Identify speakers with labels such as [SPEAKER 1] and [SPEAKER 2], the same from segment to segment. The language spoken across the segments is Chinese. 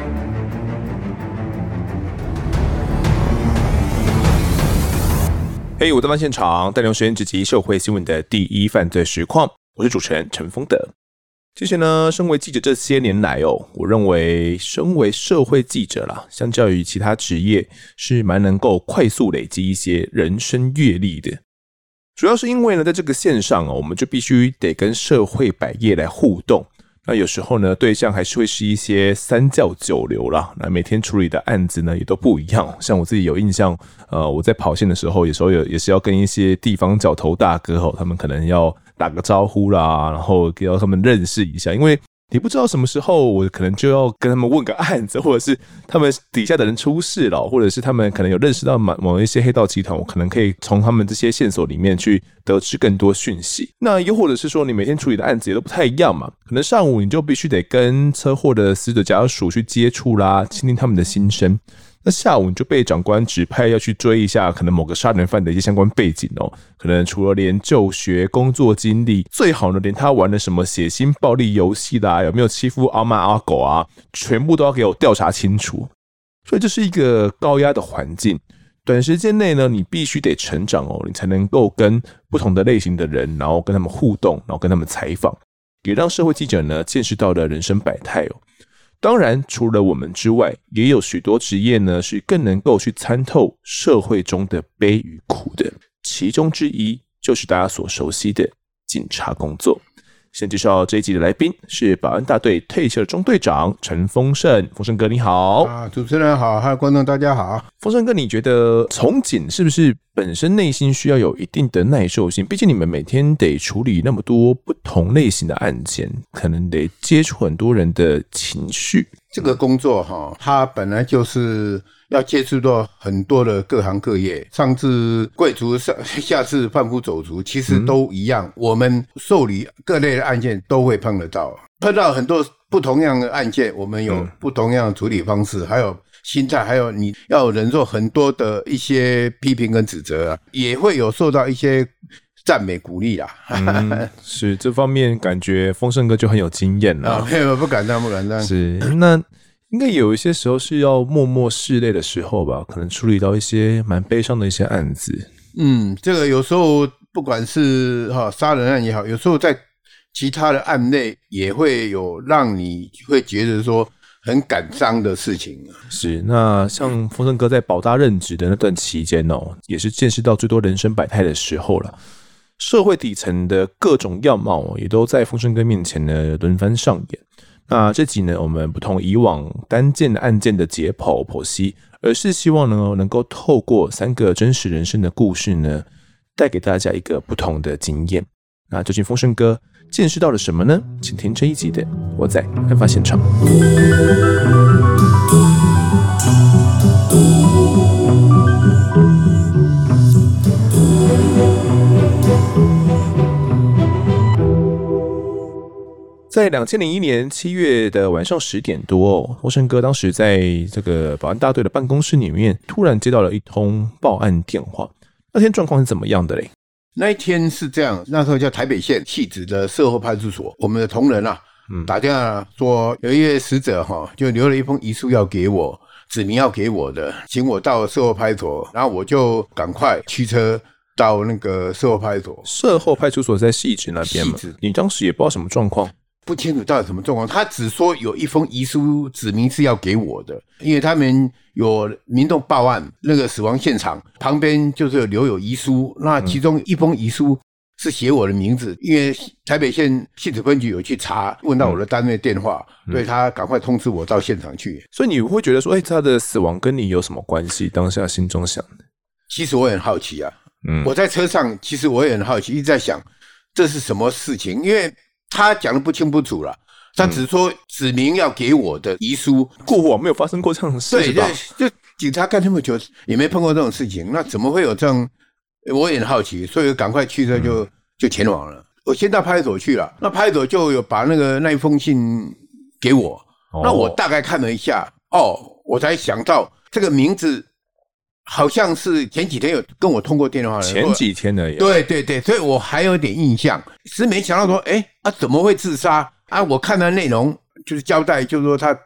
[SPEAKER 1] 嘿，我在犯现场，带您实验直击社会新闻的第一犯罪实况。我是主持人陈丰德。其实呢，身为记者这些年来我认为身为社会记者啦，相较于其他职业是蛮能够快速累积一些人生阅历的。主要是因为呢，在这个线上我们就必须得跟社会百业来互动。那有时候呢，对象还是会是一些三教九流啦。那每天处理的案子呢，也都不一样。像我自己有印象，我在跑线的时候，有时候也是要跟一些地方角头大哥他们可能要打个招呼啦，然后要他们认识一下，因为你不知道什么时候我可能就要跟他们问个案子，或者是他们底下的人出事了，或者是他们可能有认识到某一些黑道集团，我可能可以从他们这些线索里面去得知更多讯息。那又或者是说你每天处理的案子也都不太一样嘛，可能上午你就必须得跟车祸的死者家属去接触啦，倾听他们的心声。那下午你就被长官指派要去追一下可能某个杀人犯的一些相关背景可能除了连就学、工作经历，最好呢连他玩了什么血腥暴力游戏啦，有没有欺负阿猫阿狗啊，全部都要给我调查清楚。所以这是一个高压的环境，短时间内呢，你必须得成长你才能够跟不同的类型的人，然后跟他们互动，然后跟他们采访，也让社会记者呢见识到了人生百态当然，除了我们之外，也有许多职业呢是更能够去参透社会中的悲与苦的。其中之一就是大家所熟悉的警察工作。先介绍这一集的来宾是保安大队退休的中队长陈丰盛。丰盛哥你好。
[SPEAKER 2] 主持人好，还有观众大家好。
[SPEAKER 1] 丰盛哥，你觉得从警是不是本身内心需要有一定的耐受性？毕竟你们每天得处理那么多不同类型的案件，可能得接触很多人的情绪。
[SPEAKER 2] 这个工作它本来就是要接触到很多的各行各业，上至贵族，下至贩夫走卒，其实都一样。我们受理各类的案件都会碰到很多不同样的案件，我们有不同样的处理方式，还有心态，还有你要忍受很多的一些批评跟指责也会有受到一些赞美鼓励啦。
[SPEAKER 1] 是这方面感觉丰盛哥就很有经验了。
[SPEAKER 2] 没有，不敢当。
[SPEAKER 1] 是，那应该有一些时候是要默默拭泪的时候吧，可能处理到一些蛮悲伤的一些案子。
[SPEAKER 2] 这个有时候不管是杀人案也好，有时候在其他的案内也会有让你会觉得说很感伤的事情。
[SPEAKER 1] 是，那像丰盛哥在保大任职的那段期间也是见识到最多人生百态的时候了。社会底层的各种样貌也都在丰盛哥面前呢轮番上演。那这集呢，我们不同以往单件案件的解剖剖析，而是希望能够透过3个真实人生的故事呢，带给大家一个不同的经验。那究竟丰盛哥见识到了什么呢？请听这一集的我在案发现场。在2001年7月的晚上10点多丰盛哥当时在这个保安大队的办公室里面，突然接到了一通报案电话。那天状况是怎么样的嘞？
[SPEAKER 2] 那一天是这样，那时候叫台北县汐止的社后派出所，我们的同仁打电话说有一位死者就留了一封遗书要给我，指明要给我的，请我到社后派出所，然后我就赶快驱车到那个社后派出所。
[SPEAKER 1] 社后派出所在汐止那边嘛？你当时也不知道什么状况？
[SPEAKER 2] 不清楚到底什么状况，他只说有一封遗书指明是要给我的，因为他们有民众报案，那个死亡现场旁边就是留有遗书，那其中一封遗书是写我的名字，因为台北县汐止分局有去查，问到我的单位电话，所以他赶快通知我到现场去。
[SPEAKER 1] 所以你会觉得说他的死亡跟你有什么关系？当下心中想的。
[SPEAKER 2] 其实我也很好奇我在车上其实我也很好奇，一直在想这是什么事情，因为他讲的不清不楚了，他只说指明要给我的遗书，
[SPEAKER 1] 过往没有发生过这样的事情吧？
[SPEAKER 2] 对，就警察干那么久也没碰过这种事情，那怎么会有这样？我也很好奇，所以赶快去车就前往了。我先到派出所去了，那派出所就有把那一封信给我，那我大概看了一下，我才想到这个名字好像是前几天有跟我通过电话的，
[SPEAKER 1] 前几天而已。
[SPEAKER 2] 对，所以我还有点印象，只是没想到说，怎么会自杀啊？我看的内容就是交代，就是说他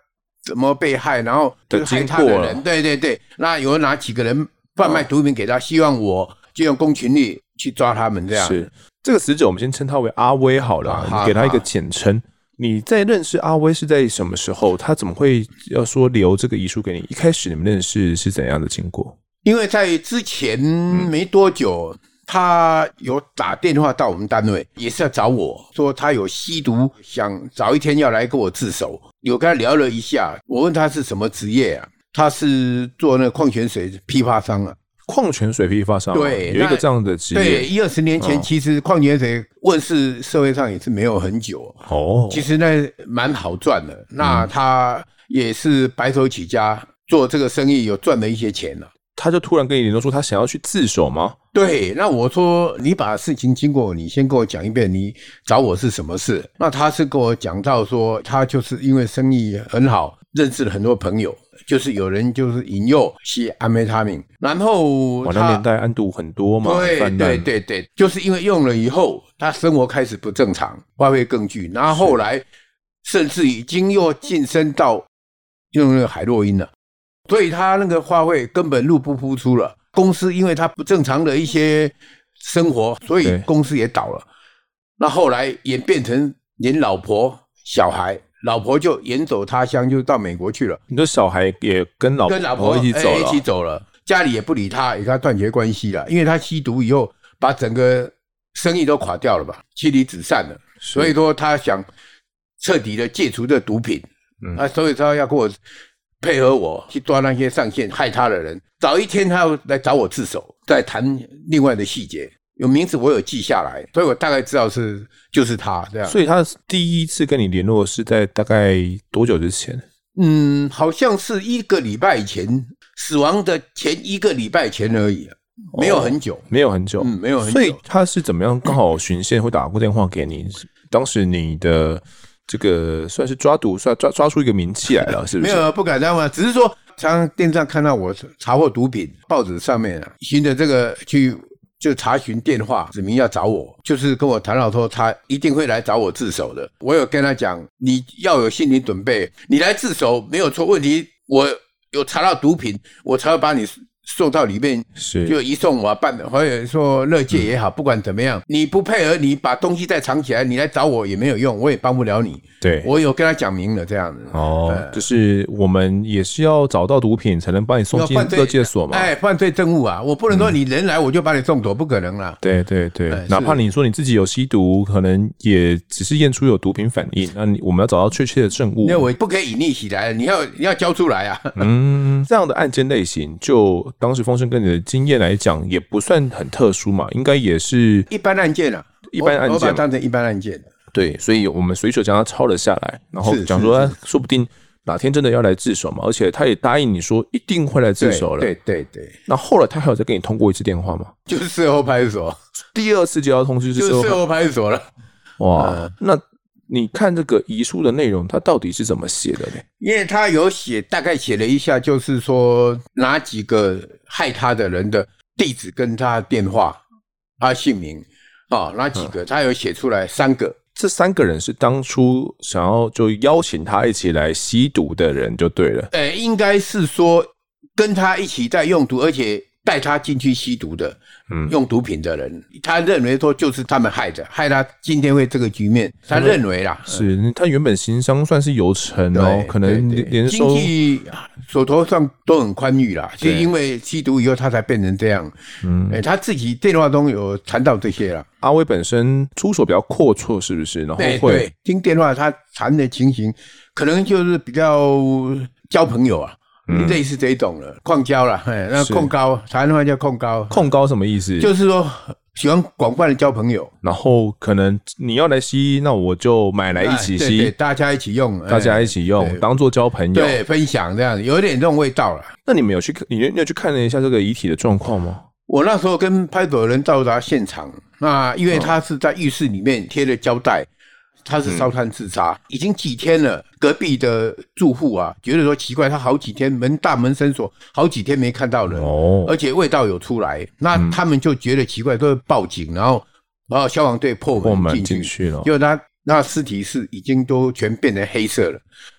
[SPEAKER 2] 怎么被害，然后就是害他的人，对对对，那有哪几个人贩卖毒品给他，希望我就用公权力去抓他们这样。
[SPEAKER 1] 是这个死者，我们先称他为阿威好了，你给他一个简称。你在认识阿威是在什么时候？他怎么会要说留这个遗书给你？一开始你们认识是怎样的经过？
[SPEAKER 2] 因为在之前没多久，他有打电话到我们单位，也是要找我说他有吸毒，想早一天要来跟我自首。有跟他聊了一下，我问他是什么职业啊？他是做那个矿泉水批发商啊。
[SPEAKER 1] 矿泉水批发商，
[SPEAKER 2] 对，
[SPEAKER 1] 有一个这样的职业。
[SPEAKER 2] 对，20年前其实矿泉水问世社会上也是没有很久哦，其实那蛮好赚的。那他也是白手起家做这个生意，有赚了一些钱了。
[SPEAKER 1] 他就突然跟你联络说他想要去自首吗？
[SPEAKER 2] 对，那我说你把事情经过你先跟我讲一遍，你找我是什么事？那他是跟我讲到说，他就是因为生意很好，认识了很多朋友。就是有人就是引诱吸安非他命，然后
[SPEAKER 1] 那年代安毒很多嘛，
[SPEAKER 2] 对对对对，就是因为用了以后，他生活开始不正常，花费更巨，然后后来甚至已经又晋升到用那个海洛因了，所以他那个花费根本入不敷出了。公司因为他不正常的一些生活，所以公司也倒了。那后来演变成连老婆小孩。老婆就远走他乡，就到美国去了。
[SPEAKER 1] 你的小孩也跟老婆一起走了，
[SPEAKER 2] 家里也不理他，也跟他断绝关系了。因为他吸毒以后，把整个生意都垮掉了吧，妻离子散了。所以说他想彻底的戒除这毒品，所以他要跟我配合我去抓那些上线害他的人。早一天他要来找我自首，再谈另外的细节。有名字我有记下来，所以我大概知道就是他这样。
[SPEAKER 1] 所以他第一次跟你联络是在大概多久之前？
[SPEAKER 2] 好像是1个礼拜前，死亡的前1个礼拜前而已，没有很久，
[SPEAKER 1] 没有很久，
[SPEAKER 2] 没有很久。
[SPEAKER 1] 所以他是怎么样刚好循线会打过电话给你？当时你的这个算是抓毒，抓出一个名气来了，是不是？
[SPEAKER 2] 没有，不敢当嘛，只是说常常电视上看到我查获毒品，报纸上面循着这个去。就查询电话指明要找我，就是跟我谈到说他一定会来找我自首的。我有跟他讲，你要有心理准备，你来自首没有错，问题我有查到毒品，我才会把你送到里面，就移送我办的，或者说勒戒也好，不管怎么样，你不配合，你把东西再藏起来，你来找我也没有用，我也帮不了你。
[SPEAKER 1] 对，
[SPEAKER 2] 我有跟他讲明了这样子。
[SPEAKER 1] 就是我们也是要找到毒品才能把你送进勒戒所嘛。
[SPEAKER 2] 犯罪证物啊，我不能说你人来我就把你送走，不可能啦。
[SPEAKER 1] 对对对，哪怕你说你自己有吸毒，可能也只是验出有毒品反应，那我们要找到确切的证物。
[SPEAKER 2] 那我不可以隐匿起来，你要交出来啊。
[SPEAKER 1] 这样的案件类型，就当时丰盛跟你的经验来讲，也不算很特殊嘛，应该也是
[SPEAKER 2] 一般案件啊，
[SPEAKER 1] 一般案件，
[SPEAKER 2] 我把它当成一般案件。
[SPEAKER 1] 对，所以我们随手将它抄了下来，然后讲说说不定哪天真的要来自首嘛，而且他也答应你说一定会来自首了。
[SPEAKER 2] 对对对。
[SPEAKER 1] 那后来他还有再跟你通过一次电话吗？
[SPEAKER 2] 就是事后派出所，
[SPEAKER 1] 第二次接到通知就是
[SPEAKER 2] 事后派出所了。
[SPEAKER 1] 哇，那你看这个遗书的内容，它到底是怎么写的呢？
[SPEAKER 2] 因为他有大概写了一下，就是说哪几个害他的人的地址跟他的电话、他姓名哪几个，他有写出来3个。
[SPEAKER 1] 这3个人是当初想要就邀请他一起来吸毒的人就对了。
[SPEAKER 2] 应该是说跟他一起在用毒，而且带他进去吸毒的，用毒品的人，他认为说就是他们害他今天会这个局面，他认为啦，
[SPEAKER 1] 是他原本行商算是有成哦，可能连收
[SPEAKER 2] 经济手头上都很宽裕啦，就因为吸毒以后他才变成这样。他自己电话中有谈到这些啦。
[SPEAKER 1] 阿威本身出手比较阔绰，是不是？然后会
[SPEAKER 2] 听电话他谈的情形，可能就是比较交朋友啊。类似这种了，控交了，那控高，台湾话叫控高。
[SPEAKER 1] 控高什么意思？
[SPEAKER 2] 就是说喜欢广泛的交朋友，
[SPEAKER 1] 然后可能你要来吸，那我就买来一起吸，
[SPEAKER 2] 对，大家一起用，
[SPEAKER 1] 当做交朋友，
[SPEAKER 2] 对，分享这样，有点这种味道了。
[SPEAKER 1] 那你们你有去看了一下这个遗体的状况吗？
[SPEAKER 2] 我那时候跟派出所人到达现场，那因为他是在浴室里面贴了胶带。他是烧炭自杀，已经几天了。隔壁的住户啊，觉得说奇怪，他好几天大门深锁，好几天没看到人，而且味道有出来，那他们就觉得奇怪，都会报警，然后消防队破门进去了。就他那尸体是已经都全变成黑色了，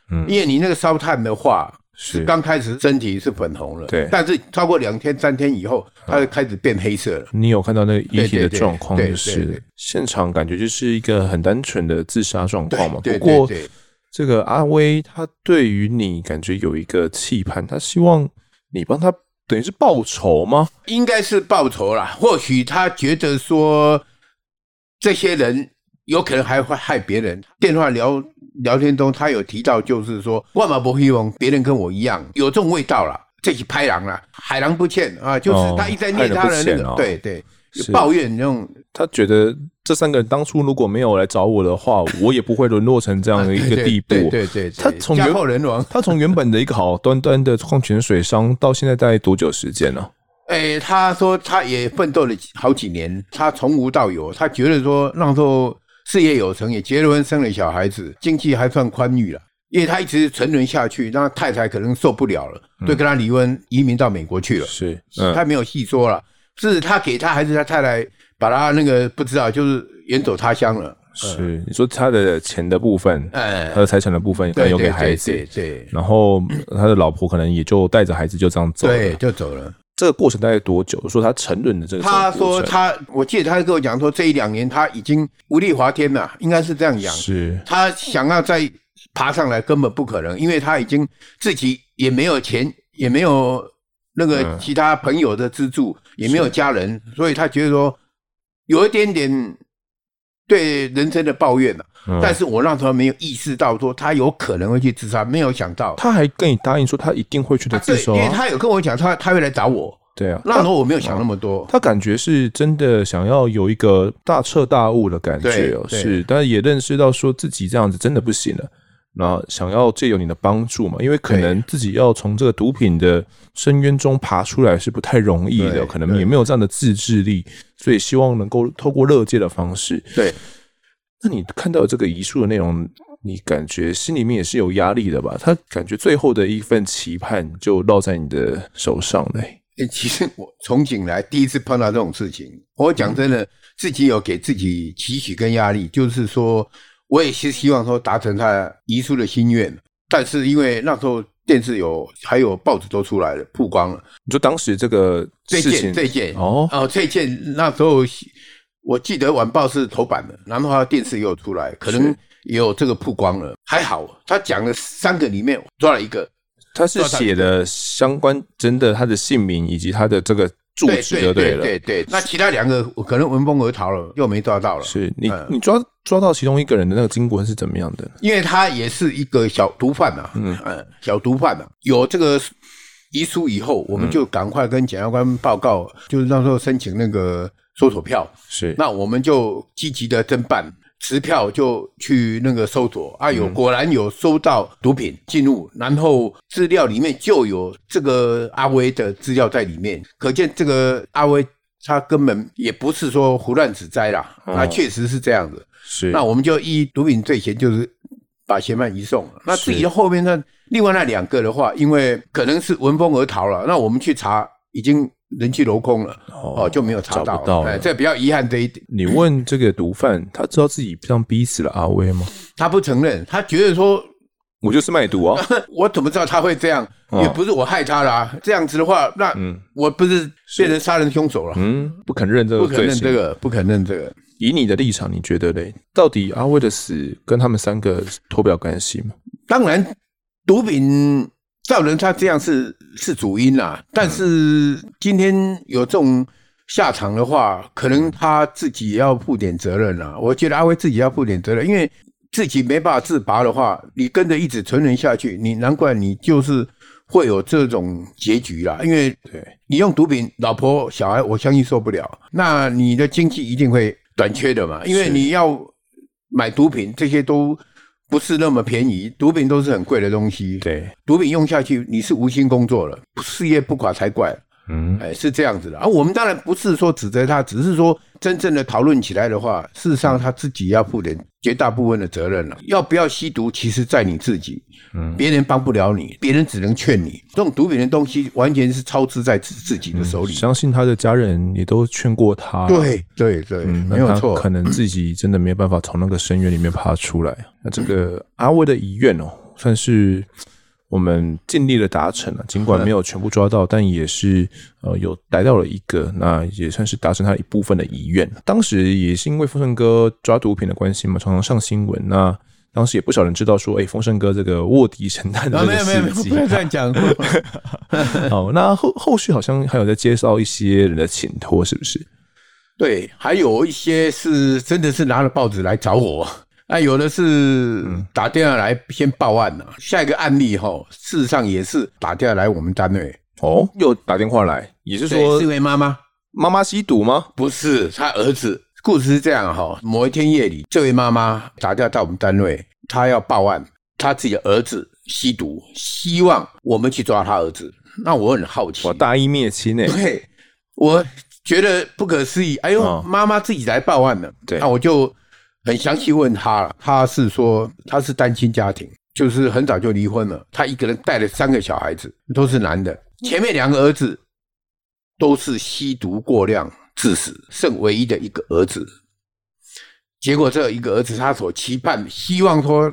[SPEAKER 2] 因为你那个烧炭的话，
[SPEAKER 1] 是
[SPEAKER 2] 刚开始身体是粉红了，
[SPEAKER 1] 对，
[SPEAKER 2] 但是超过2天3天以后，它就开始变黑色了。
[SPEAKER 1] 你有看到那个遗体的状况，就
[SPEAKER 2] 对
[SPEAKER 1] 是现场感觉就是一个很单纯的自杀状况嘛。
[SPEAKER 2] 对
[SPEAKER 1] 不过这个阿威他对于你感觉有一个期盼，他希望你帮他等于是报仇吗？
[SPEAKER 2] 应该是报仇啦，或许他觉得说这些人有可能还会害别人。电话聊天中，他有提到，就是说，我嘛不希望别人跟我一样有这种味道啦，这是拍狼啦，海狼不欠啊，就是他一直在念他的那个，对，抱怨那种。
[SPEAKER 1] 他觉得这3个人当初如果没有来找我的话，我也不会沦落成这样的一个地步。
[SPEAKER 2] 对，
[SPEAKER 1] 他
[SPEAKER 2] 家破人亡。
[SPEAKER 1] 他从原本的一个好端端的矿泉水商，到现在大概多久时间呢？
[SPEAKER 2] 他说他也奋斗了好几年，他从无到有，他觉得说那时候事业有成，也结了婚生了小孩子，经济还算宽裕了。因为他一直沉沦下去，那太太可能受不了了，就跟他离婚，移民到美国去了。
[SPEAKER 1] 是，
[SPEAKER 2] 他没有细说了，是他给他还是他太太把他那个不知道，就是远走他乡了。
[SPEAKER 1] 是，你说他的钱的部分，他的财产的部分可能有给孩子，
[SPEAKER 2] 对，
[SPEAKER 1] 然后他的老婆可能也就带着孩子就这样走了，
[SPEAKER 2] 对，就走了。
[SPEAKER 1] 这个过程大概多久？说他沉沦的这个过程，
[SPEAKER 2] 他说我记得他跟我讲说，这1-2年他已经无力滑天了，应该是这样讲。
[SPEAKER 1] 是，
[SPEAKER 2] 他想要再爬上来根本不可能，因为他已经自己也没有钱，也没有那个其他朋友的资助，也没有家人，所以他觉得说有一点点对人生的抱怨了。但是我那时候没有意识到说他有可能会去自杀，没有想到。
[SPEAKER 1] 他还跟你答应说他一定会去的自首，
[SPEAKER 2] 因为他有跟我讲他会来找我。
[SPEAKER 1] 对啊，
[SPEAKER 2] 那时候我没有想那么多。
[SPEAKER 1] 他感觉是真的想要有一个大彻大悟的感觉哦，是，但是也认识到说自己这样子真的不行了，然后想要借由你的帮助嘛，因为可能自己要从这个毒品的深渊中爬出来是不太容易的，可能也没有这样的自制力，所以希望能够透过勒戒的方式。
[SPEAKER 2] 对，
[SPEAKER 1] 那你看到这个遗书的内容，你感觉心里面也是有压力的吧？他感觉最后的一份期盼就落在你的手上了。
[SPEAKER 2] 其实我从警来第一次碰到这种事情，我讲真的，自己有给自己期许跟压力，就是说我也是希望说达成他遗书的心愿，但是因为那时候电视还有报纸都出来了，曝光了。
[SPEAKER 1] 你说当时这个事情
[SPEAKER 2] 这件这件那时候我记得晚报是头版的，然后电视也有出来，可能也有这个曝光了。还好他讲了3个里面抓了1个。
[SPEAKER 1] 他是写的相关真的他的姓名以及他的这个住址就对了。
[SPEAKER 2] 对，那其他2个可能闻风而逃了，又没抓到了。
[SPEAKER 1] 是你抓到其中1个人的那个经过是怎么样的？
[SPEAKER 2] 因为他也是一个小毒贩小毒贩有这个遗书以后，我们就赶快跟检察官报告，就是那时候申请那个搜索票。
[SPEAKER 1] 是，
[SPEAKER 2] 那我们就积极的侦办。持票就去那个搜索果然有收到毒品进入，然后资料里面就有这个阿威的资料在里面，可见这个阿威他根本也不是说胡乱指摘啦，那确实是这样的。
[SPEAKER 1] 是，
[SPEAKER 2] 那我们就依毒品罪嫌，就是把嫌犯移送了。那至于后面另外那2个的话，因为可能是闻风而逃了，那我们去查已经人去楼空了，就没有查到，
[SPEAKER 1] 找不到
[SPEAKER 2] 这比较遗憾这一点。
[SPEAKER 1] 你问这个毒贩，他知道自己这样逼死了阿威吗？
[SPEAKER 2] 他不承认，他觉得说，
[SPEAKER 1] 我就是卖毒啊，
[SPEAKER 2] 我怎么知道他会这样？也不是我害他啦，这样子的话，那我不是变成杀人凶手了？
[SPEAKER 1] 不肯认这个，
[SPEAKER 2] 不肯认这个。
[SPEAKER 1] 以你的立场，你觉得嘞？到底阿威的死跟他们3个脱不了干系吗？
[SPEAKER 2] 当然，毒品造成他这样是主因啦，但是今天有这种下场的话，可能他自己也要负点责任啦。我觉得阿威自己要负点责任，因为自己没办法自拔的话，你跟着一直沉沦下去，你难怪你就是会有这种结局啦。因为你用毒品，老婆小孩我相信受不了，那你的经济一定会短缺的嘛，因为你要买毒品，这些都不是那么便宜，毒品都是很贵的东西。
[SPEAKER 1] 对，
[SPEAKER 2] 毒品用下去，你是无心工作了，事业不垮才怪。是这样子的。我们当然不是说指责他，只是说真正的讨论起来的话，事实上他自己要负点绝大部分的责任了。要不要吸毒，其实在你自己，别人帮不了你，别人只能劝你。这种毒品的东西，完全是操之在自己的手里。
[SPEAKER 1] 相信他的家人也都劝过他。
[SPEAKER 2] 对，没有错。
[SPEAKER 1] 可能自己真的没有办法从那个深渊里面爬出来。那这个阿威的遗愿算是我们尽力的达成了，尽管没有全部抓到，但也是有逮到了一个，那也算是达成他一部分的遗愿。当时也是因为丰盛哥抓毒品的关系嘛，常常上新闻，那当时也不少人知道说，丰盛哥这个卧底神探的这个事迹，
[SPEAKER 2] 没有，不要这样讲。
[SPEAKER 1] 好，那后续好像还有在介绍一些人的请托，是不是？
[SPEAKER 2] 对，还有一些是真的是拿了报纸来找我。有的是打电话来先报案了，下一个案例事实上也是打电话来我们单位。
[SPEAKER 1] 又打电话来，也是说
[SPEAKER 2] 是一位妈妈
[SPEAKER 1] 吸毒吗？
[SPEAKER 2] 不是，他儿子。故事是这样某一天夜里，这位妈妈打电话到我们单位，她要报案，她自己的儿子吸毒，希望我们去抓她儿子。那我很好奇，
[SPEAKER 1] 哇，大义灭亲欸。
[SPEAKER 2] 对，我觉得不可思议。妈妈自己来报案了。
[SPEAKER 1] 对，
[SPEAKER 2] 那我就很详细问他了，他是说他是单亲家庭，就是很早就离婚了，他一个人带了3个小孩子，都是男的，前面2个儿子都是吸毒过量致死，剩唯一的一个儿子。结果这一个儿子他所期盼希望说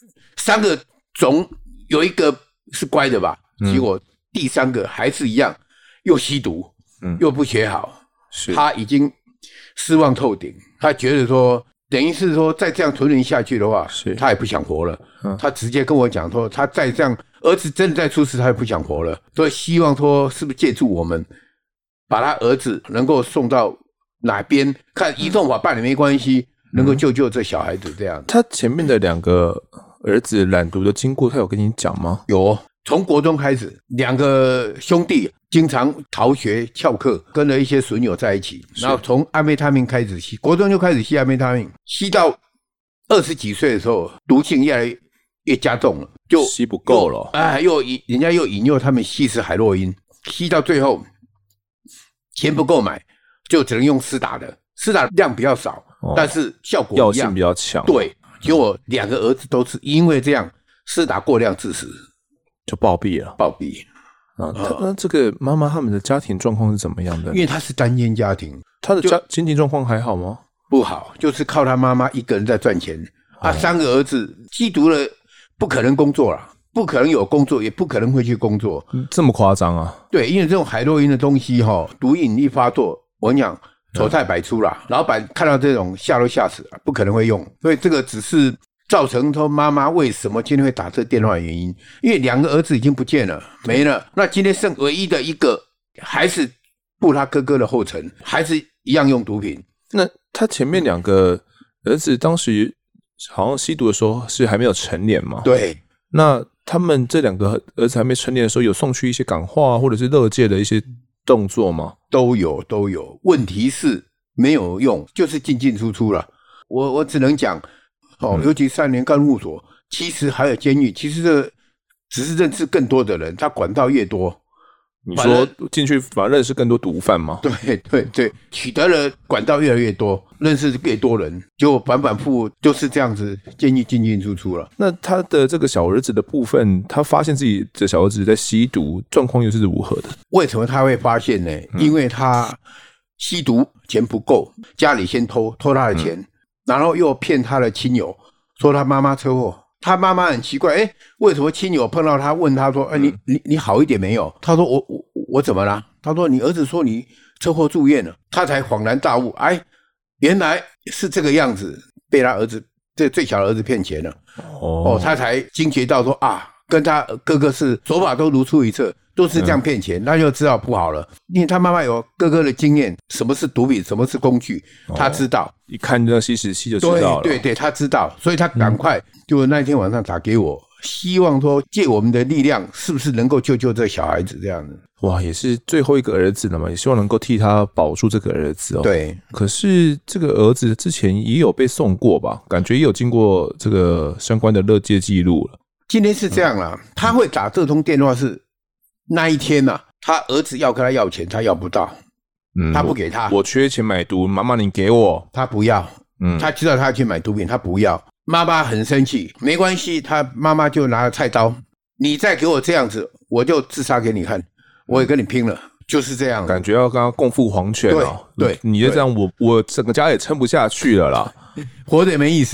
[SPEAKER 2] 3个总有一个是乖的吧，结果第3个还是一样，又吸毒，又不学好，他已经失望透顶，他觉得说等于是说再这样存留下去的话，他也不想活了。他直接跟我讲说，他再这样，儿子真的再出事，他也不想活了。所以希望说，是不是借助我们，把他儿子能够送到哪边，看移动法办理没关系，能够救这小孩子这样。
[SPEAKER 1] 他前面的2个儿子染毒的经过，他有跟你讲吗？
[SPEAKER 2] 有，从国中开始，2个兄弟经常逃学翘课，跟了一些损友在一起，然后从安非他命开始吸，国中就开始吸安非他命，吸到20几岁的时候，毒性越来越加重了，就
[SPEAKER 1] 吸不够了。
[SPEAKER 2] 人家又引诱他们吸食海洛因，吸到最后钱不够买，就只能用施打的，施打量比较少，但是效果一样，
[SPEAKER 1] 药性比较强。
[SPEAKER 2] 对，结果2个儿子都是因为这样施打过量致死，
[SPEAKER 1] 就暴毙了。那这个妈妈他们的家庭状况是怎么样的？
[SPEAKER 2] 因为他是单亲家庭，
[SPEAKER 1] 他的经济状况还好吗？
[SPEAKER 2] 不好，就是靠他妈妈一个人在赚钱。3个儿子吸毒了，不可能工作了，不可能有工作，也不可能会去工作。
[SPEAKER 1] 这么夸张啊？
[SPEAKER 2] 对，因为这种海洛因的东西毒瘾一发作，我跟你讲，丑态百出啦。老板看到这种吓都吓死了，不可能会用。所以这个只是造成他妈妈为什么今天会打这电话的原因，因为2个儿子已经不见了，没了。那今天剩唯一的一个，还是步他哥哥的后尘，还是一样用毒品。
[SPEAKER 1] 那他前面2个儿子当时好像吸毒的时候是还没有成年嘛？
[SPEAKER 2] 对。
[SPEAKER 1] 那他们这2个儿子还没成年的时候，有送去一些感化或者是勒戒的一些动作吗？
[SPEAKER 2] 都有。问题是没有用，就是进进出出了。我只能讲。尤其3年干护所，其实还有监狱，其实这只是认识更多的人，他管道越多。
[SPEAKER 1] 你说进去反而认识更多毒贩吗？
[SPEAKER 2] 对，取得了管道越来越多，认识越多人，就反复就是这样子，监狱进进出出了。
[SPEAKER 1] 那他的这个小儿子的部分，他发现自己的小儿子在吸毒，状况又是如何的？
[SPEAKER 2] 为什么他会发现呢？因为他吸毒钱不够，家里先偷他的钱。然后又骗他的亲友说他妈妈车祸，他妈妈很奇怪，为什么亲友碰到他问他说，你好一点没有？他说我怎么了？他说你儿子说你车祸住院了，他才恍然大悟，原来是这个样子，被他儿子这最小的儿子骗钱了。他才惊觉到说跟他哥哥是手法都如出一辙，都是这样骗钱，那就知道不好了。因为他妈妈有哥哥的经验，什么是毒品，什么是工具，他知道。
[SPEAKER 1] 一看这吸食器就知道了。
[SPEAKER 2] 对，他知道，所以他赶快就那天晚上打给我，希望说借我们的力量，是不是能够救这小孩子这样子。
[SPEAKER 1] 哇，也是最后一个儿子了嘛，也希望能够替他保住这个儿子。
[SPEAKER 2] 对，
[SPEAKER 1] 可是这个儿子之前也有被送过吧？感觉也有经过这个相关的勒戒记录了。
[SPEAKER 2] 今天是这样啦，他会打这通电话是那一天他儿子要跟他要钱，他要不到，他不给他。
[SPEAKER 1] 我缺钱买毒，妈妈你给我。
[SPEAKER 2] 他不要，他知道他要去买毒品，他不要。妈妈很生气，没关系，他妈妈就拿了菜刀，你再给我这样子，我就自杀给你看，我也跟你拼了，就是这样。
[SPEAKER 1] 感觉要跟他共赴黄泉
[SPEAKER 2] 对，
[SPEAKER 1] 你就这样，我整个家也撑不下去了啦，
[SPEAKER 2] 活着也没意思啦。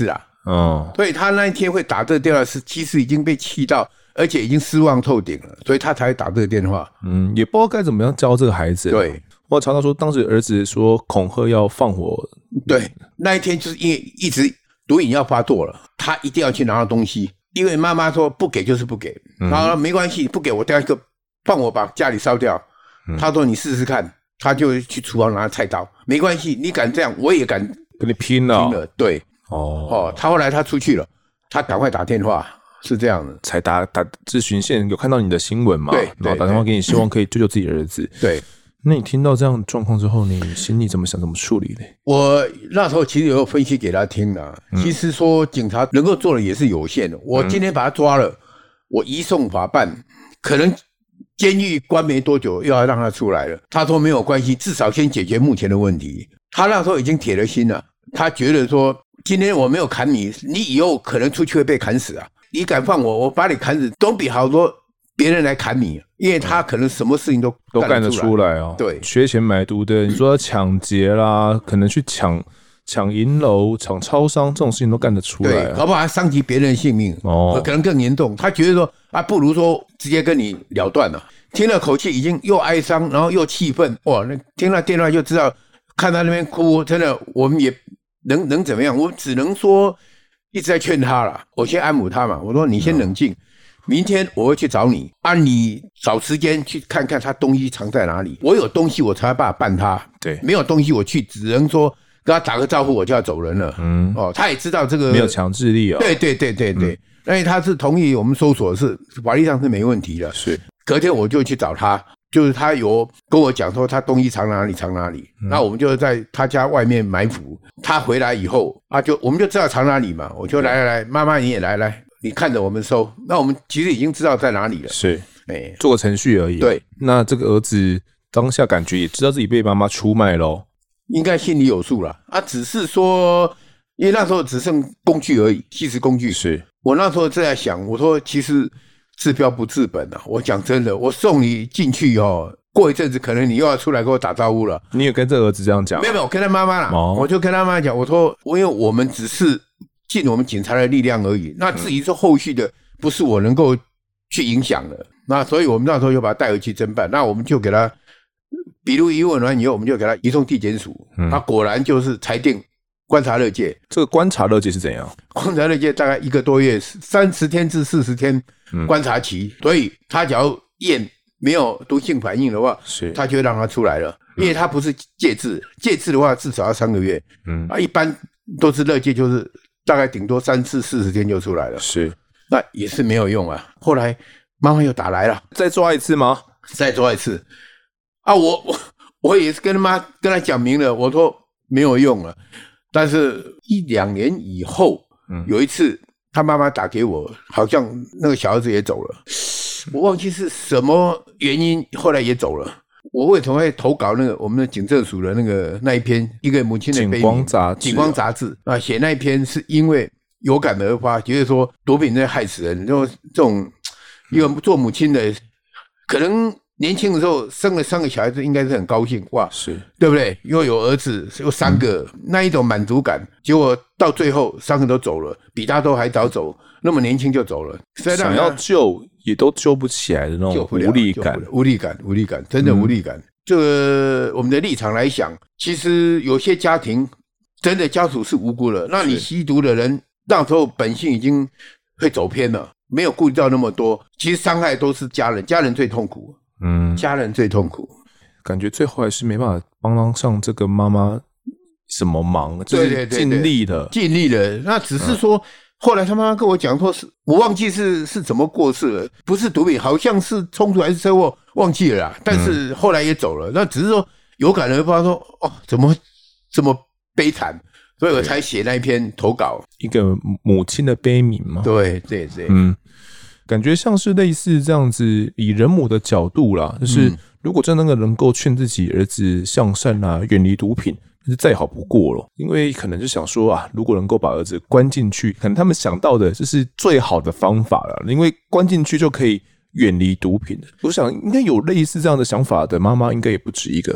[SPEAKER 2] 所以他那一天会打这个电话是其实已经被气到，而且已经失望透顶了，所以他才会打这个电话。
[SPEAKER 1] 也不知道该怎么样教这个孩子。
[SPEAKER 2] 对，
[SPEAKER 1] 我查到说当时儿子说恐吓要放火。
[SPEAKER 2] 对，那一天就是因为一直毒瘾要发作了，他一定要去拿到东西，因为妈妈说不给就是不给，然后没关系，不给我掉一个放我把家里烧掉。他说你试试看，他就去厨房拿菜刀，没关系，你敢这样我也敢
[SPEAKER 1] 跟你拼了。
[SPEAKER 2] 对，他后来他出去了，他赶快打电话，是这样的，
[SPEAKER 1] 才打咨询线，有看到你的新闻嘛？
[SPEAKER 2] 对，
[SPEAKER 1] 然后打电话给你，希望可以救救自己儿子。
[SPEAKER 2] 对，
[SPEAKER 1] 那你听到这样的状况之后，你心里怎么想，怎么处理呢？
[SPEAKER 2] 我那时候其实有分析给他听的，其实说警察能够做的也是有限的。我今天把他抓了，我移送法办，可能监狱关没多久又要让他出来了。他说没有关系，至少先解决目前的问题。他那时候已经铁了心了，他觉得说今天我没有砍你，你以后可能出去会被砍死啊！你敢放我，我把你砍死，总比好多别人来砍你，因为他可能什么事情都
[SPEAKER 1] 干得出来哦。
[SPEAKER 2] 对，
[SPEAKER 1] 缺钱买毒的，你说要抢劫啦，可能去抢银楼、抢超商这种事情都干得出来。
[SPEAKER 2] 对，搞不好还伤及别人的性命可能更严重。他觉得说不如说直接跟你了断了。听了口气已经又哀伤，然后又气愤，哇！那听了电话就知道，看他那边哭，真的我们也能怎么样？我只能说一直在劝他了，我先安抚他嘛。我说你先冷静，明天我会去找你，你找时间去看看他东西藏在哪里。我有东西我才办法办他，
[SPEAKER 1] 对，
[SPEAKER 2] 没有东西我去只能说跟他打个招呼我就要走人了。他也知道这个
[SPEAKER 1] 没有强制力哦。
[SPEAKER 2] 对，因为他是同意我们搜索，是法律上是没问题的。
[SPEAKER 1] 是，
[SPEAKER 2] 隔天我就去找他，就是他有跟我讲说他东西藏哪里，那我们就在他家外面埋伏。他回来以后我们就知道藏哪里嘛，我就来，妈妈你也来，你看着我们收。那我们其实已经知道在哪里了，
[SPEAKER 1] 是，做个程序而已。
[SPEAKER 2] 对，
[SPEAKER 1] 那这个儿子当下感觉也知道自己被妈妈出卖咯，
[SPEAKER 2] 应该心里有数了。只是说，因为那时候只剩工具而已，吸食工具。
[SPEAKER 1] 是
[SPEAKER 2] 我那时候在想，我说其实治标不治本啊。我讲真的，我送你进去过一阵子可能你又要出来跟我打招呼了。
[SPEAKER 1] 你有跟这儿子这样讲？
[SPEAKER 2] 没有，我跟他妈妈啦，我就跟他妈妈讲，我说因为我们只是尽我们警察的力量而已，那至于说后续的不是我能够去影响的。那所以我们那时候就把他带回去侦办，那我们就给他笔录一问完以后，我们就给他移送地检署。他果然就是裁定观察勒戒。
[SPEAKER 1] 这个观察勒戒是怎样？
[SPEAKER 2] 观察勒戒大概1个多月，30天至40天观察期。所以他只要验没有毒性反应的话，他就会让他出来了。因为他不是戒治，戒治的话至少要3个月。一般都是勒戒，就是大概顶多3次40天就出来了。
[SPEAKER 1] 是，
[SPEAKER 2] 那也是没有用啊。后来妈妈又打来了，
[SPEAKER 1] 再抓一次吗？
[SPEAKER 2] 再抓一次。我也是跟他讲明了，我说没有用了。但是1、2年以后，有一次他妈妈打给我，好像那个小孩子也走了，我忘记是什么原因，后来也走了。我为什么会投稿那个我们的警政署的那一篇一个母亲的悲鸣警光杂志写那一篇是因为有感而发，觉得说毒品在害死人，就这种一个做母亲的可能年轻的时候生了3个小孩子应该是很高兴，哇，
[SPEAKER 1] 是
[SPEAKER 2] 对不对？又有儿子又3个，那一种满足感，结果到最后3个都走了，比他都还早走，那么年轻就走了，
[SPEAKER 1] 想要救也都救不起来的那种无力感，
[SPEAKER 2] 真的无力感。这个我们的立场来想，其实有些家庭真的家属是无辜的，那你吸毒的人那时候本性已经会走偏了，没有顾虑到那么多，其实伤害都是家人最痛苦。家人最痛苦，
[SPEAKER 1] 感觉最后还是没办法帮上这个妈妈什么忙，就是尽力了。
[SPEAKER 2] 那只是说，后来他妈妈跟我讲说我忘记是怎么过世了，不是毒品，好像是冲突还是车祸，忘记了啦。但是后来也走了，那只是说有感而发说，怎么这么悲惨，所以我才写那一篇投稿，
[SPEAKER 1] 一个母亲的悲鸣嘛。
[SPEAKER 2] 对，
[SPEAKER 1] 感觉像是类似这样子，以人母的角度啦，就是如果真的能够劝自己儿子向善啊，远离毒品，是再好不过了。因为可能就想说如果能够把儿子关进去，可能他们想到的这是最好的方法了，因为关进去就可以远离毒品。我想应该有类似这样的想法的妈妈，应该也不止一个吧。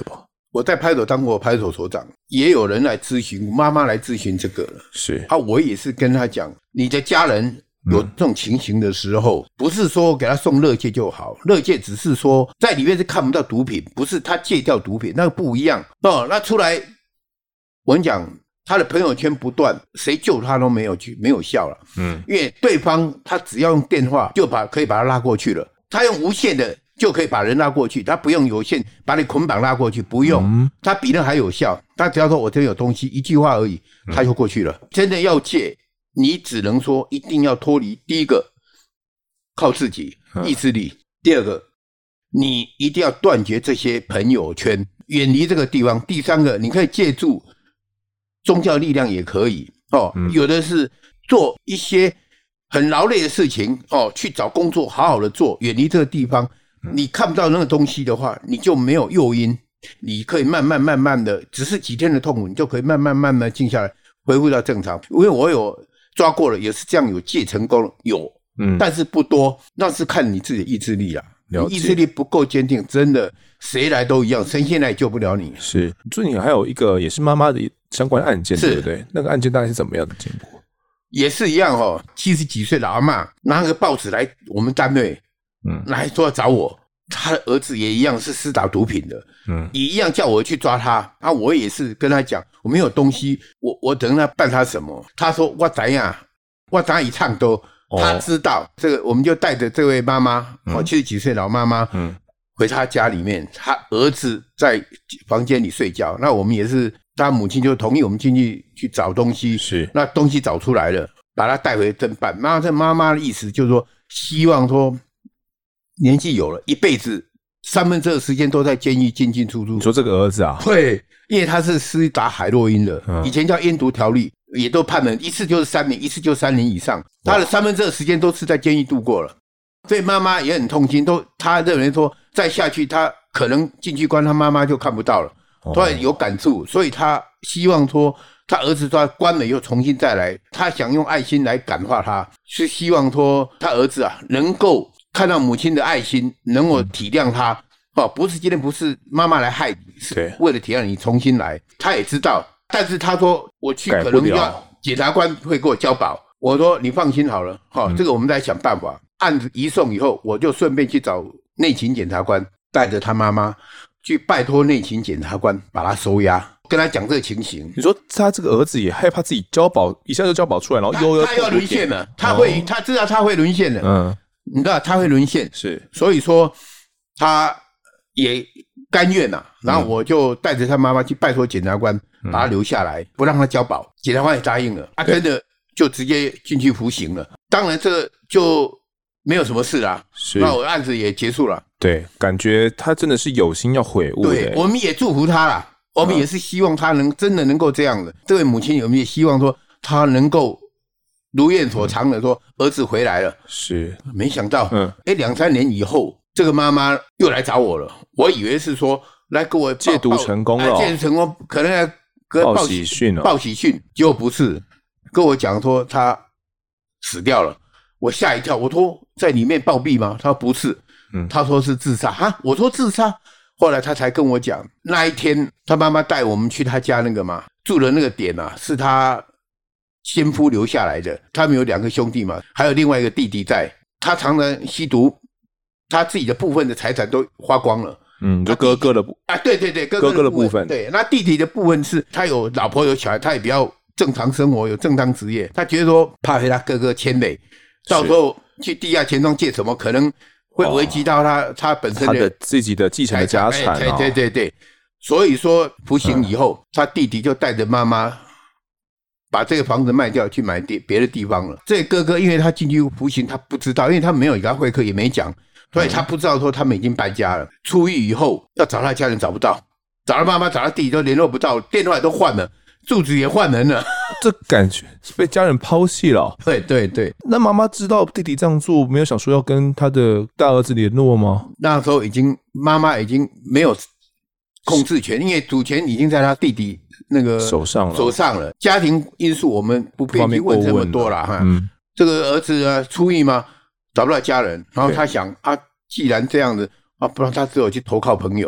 [SPEAKER 2] 我在派出所当过派出所所长，也有人来咨询，妈妈来咨询这个了。
[SPEAKER 1] 是
[SPEAKER 2] 啊，我也是跟他讲，你的家人有这种情形的时候，不是说给他送乐戒就好，乐戒只是说在里面是看不到毒品，不是他戒掉毒品，那个不一样哦。那出来，我跟你讲，他的朋友圈不断，谁救他都没有效了。因为对方他只要用电话就可以把他拉过去了，他用无线的就可以把人拉过去，他不用有线把你捆绑拉过去，不用，他比那还有效。他只要说我这边有东西，一句话而已，他就过去了。真的要戒，你只能说一定要脱离，第一个靠自己意志力，第二个你一定要断绝这些朋友圈，远离这个地方，第三个你可以借助宗教力量也可以哦，有的是做一些很劳累的事情哦，去找工作好好的做，远离这个地方。你看不到那个东西的话，你就没有诱因，你可以慢慢的，只是几天的痛苦，你就可以慢慢的静下来，恢复到正常。因为我有抓过了，也是这样有戒成功，有，但是不多，那是看你自己的意志力啦。你意志力不够坚定，真的谁来都一样，神仙来也救不了你。
[SPEAKER 1] 是，最近还有一个也是妈妈的相关案件，对不对？那个案件大概是怎么样的经过？
[SPEAKER 2] 也是一样哦，70几岁的阿嬷拿个报纸来我们单位，来说要找我。他的儿子也一样是施打毒品的，也一样叫我去抓他。啊，我也是跟他讲，我没有东西，我等他办他什么？他说我怎样，我怎样一唱都，他知道这个，我们就带着这位妈妈，70几岁老妈妈，回他家里面，他儿子在房间里睡觉，那我们也是，他母亲就同意我们进去找东西，
[SPEAKER 1] 是，
[SPEAKER 2] 那东西找出来了，把他带回侦办。那这妈妈的意思就是说，希望说。年纪有了，一辈子2/3的时间都在监狱进出。
[SPEAKER 1] 你说这个儿子啊？
[SPEAKER 2] 对，因为他是施打海洛因的，以前叫烟毒条例，也都判了一次就是3年，一次就3年以上。他的2/3的时间都是在监狱度过了，所以妈妈也很痛心，他认为说再下去他可能进去关他妈妈就看不到了，他有感触，所以他希望说他儿子他关了以后重新再来，他想用爱心来感化他，是希望说他儿子啊能够。看到母亲的爱心，能够体谅他，不是今天不是妈妈来害你，是为了体谅你重新来。他也知道，但是他说我去可能要检察官会给我交保。我说你放心好了，这个我们再想办法。案子移送以后，我就顺便去找内勤检察官，带着他妈妈去拜托内勤检察官把他收押，跟他讲这个情形。
[SPEAKER 1] 你说他这个儿子也害怕自己交保，一下就交保出来，然后
[SPEAKER 2] 他要沦陷了，他知道他会沦陷了，你知道他会沦陷，
[SPEAKER 1] 是，所
[SPEAKER 2] 以说他也甘愿呐。然后我就带着他妈妈去拜托检察官，把他留下来，不让他交保。检察官也答应了，真的就直接进去服刑了。当然这个就没有什么事啦，那我案子也结束了。
[SPEAKER 1] 对，感觉他真的是有心要悔悟的。
[SPEAKER 2] 对，我们也祝福他啦，我们也是希望他真的能够这样的。这位母亲，我们也希望说他能够。如愿所偿的说，儿子回来了，
[SPEAKER 1] 是
[SPEAKER 2] 没想到，2-3年以后，这个妈妈又来找我了。我以为是说来给我
[SPEAKER 1] 戒毒成功了，
[SPEAKER 2] 戒毒成功，可能要
[SPEAKER 1] 报喜讯了，
[SPEAKER 2] 报喜讯，结果不是，跟我讲说他死掉了，我吓一跳，我说在里面暴毙吗？他说不是，他说是自杀哈，我说自杀，后来他才跟我讲，那一天他妈妈带我们去他家那个嘛，住的那个点啊，是他。先夫留下来的，他们有2个兄弟嘛，还有另外一个弟弟在。他常常吸毒，他自己的部分的财产都花光了。
[SPEAKER 1] 就哥哥的
[SPEAKER 2] 对，哥
[SPEAKER 1] 哥的部分。
[SPEAKER 2] 对，那弟弟的部分是他有老婆有小孩，他也比较正常生活，有正当职业。他觉得说怕被他哥哥牵累，到时候去地下钱庄借什么，可能会危及到他本身
[SPEAKER 1] 的自己的继承的家产。
[SPEAKER 2] 对，所以说服刑以后，他弟弟就带着妈妈。把这个房子卖掉去买别的地方了。这个哥哥因为他进去服刑，他不知道，因为他没有给他会客，也没讲，所以他不知道说他们已经搬家了。出狱以后要找他家人找不到，找他妈妈找他弟弟都联络不到，电话都换了，住址也换人了。
[SPEAKER 1] 这感觉是被家人抛弃了。
[SPEAKER 2] 对。
[SPEAKER 1] 那妈妈知道弟弟这样做，没有想说要跟他的大儿子联络吗？
[SPEAKER 2] 那时候妈妈已经没有控制权，因为主权已经在他弟弟那个
[SPEAKER 1] 手上
[SPEAKER 2] 了。家庭因素我们不便去问这么多了哈。这个儿子啊出狱吗？找不到家人，然后他想既然这样子不然他只有去投靠朋友。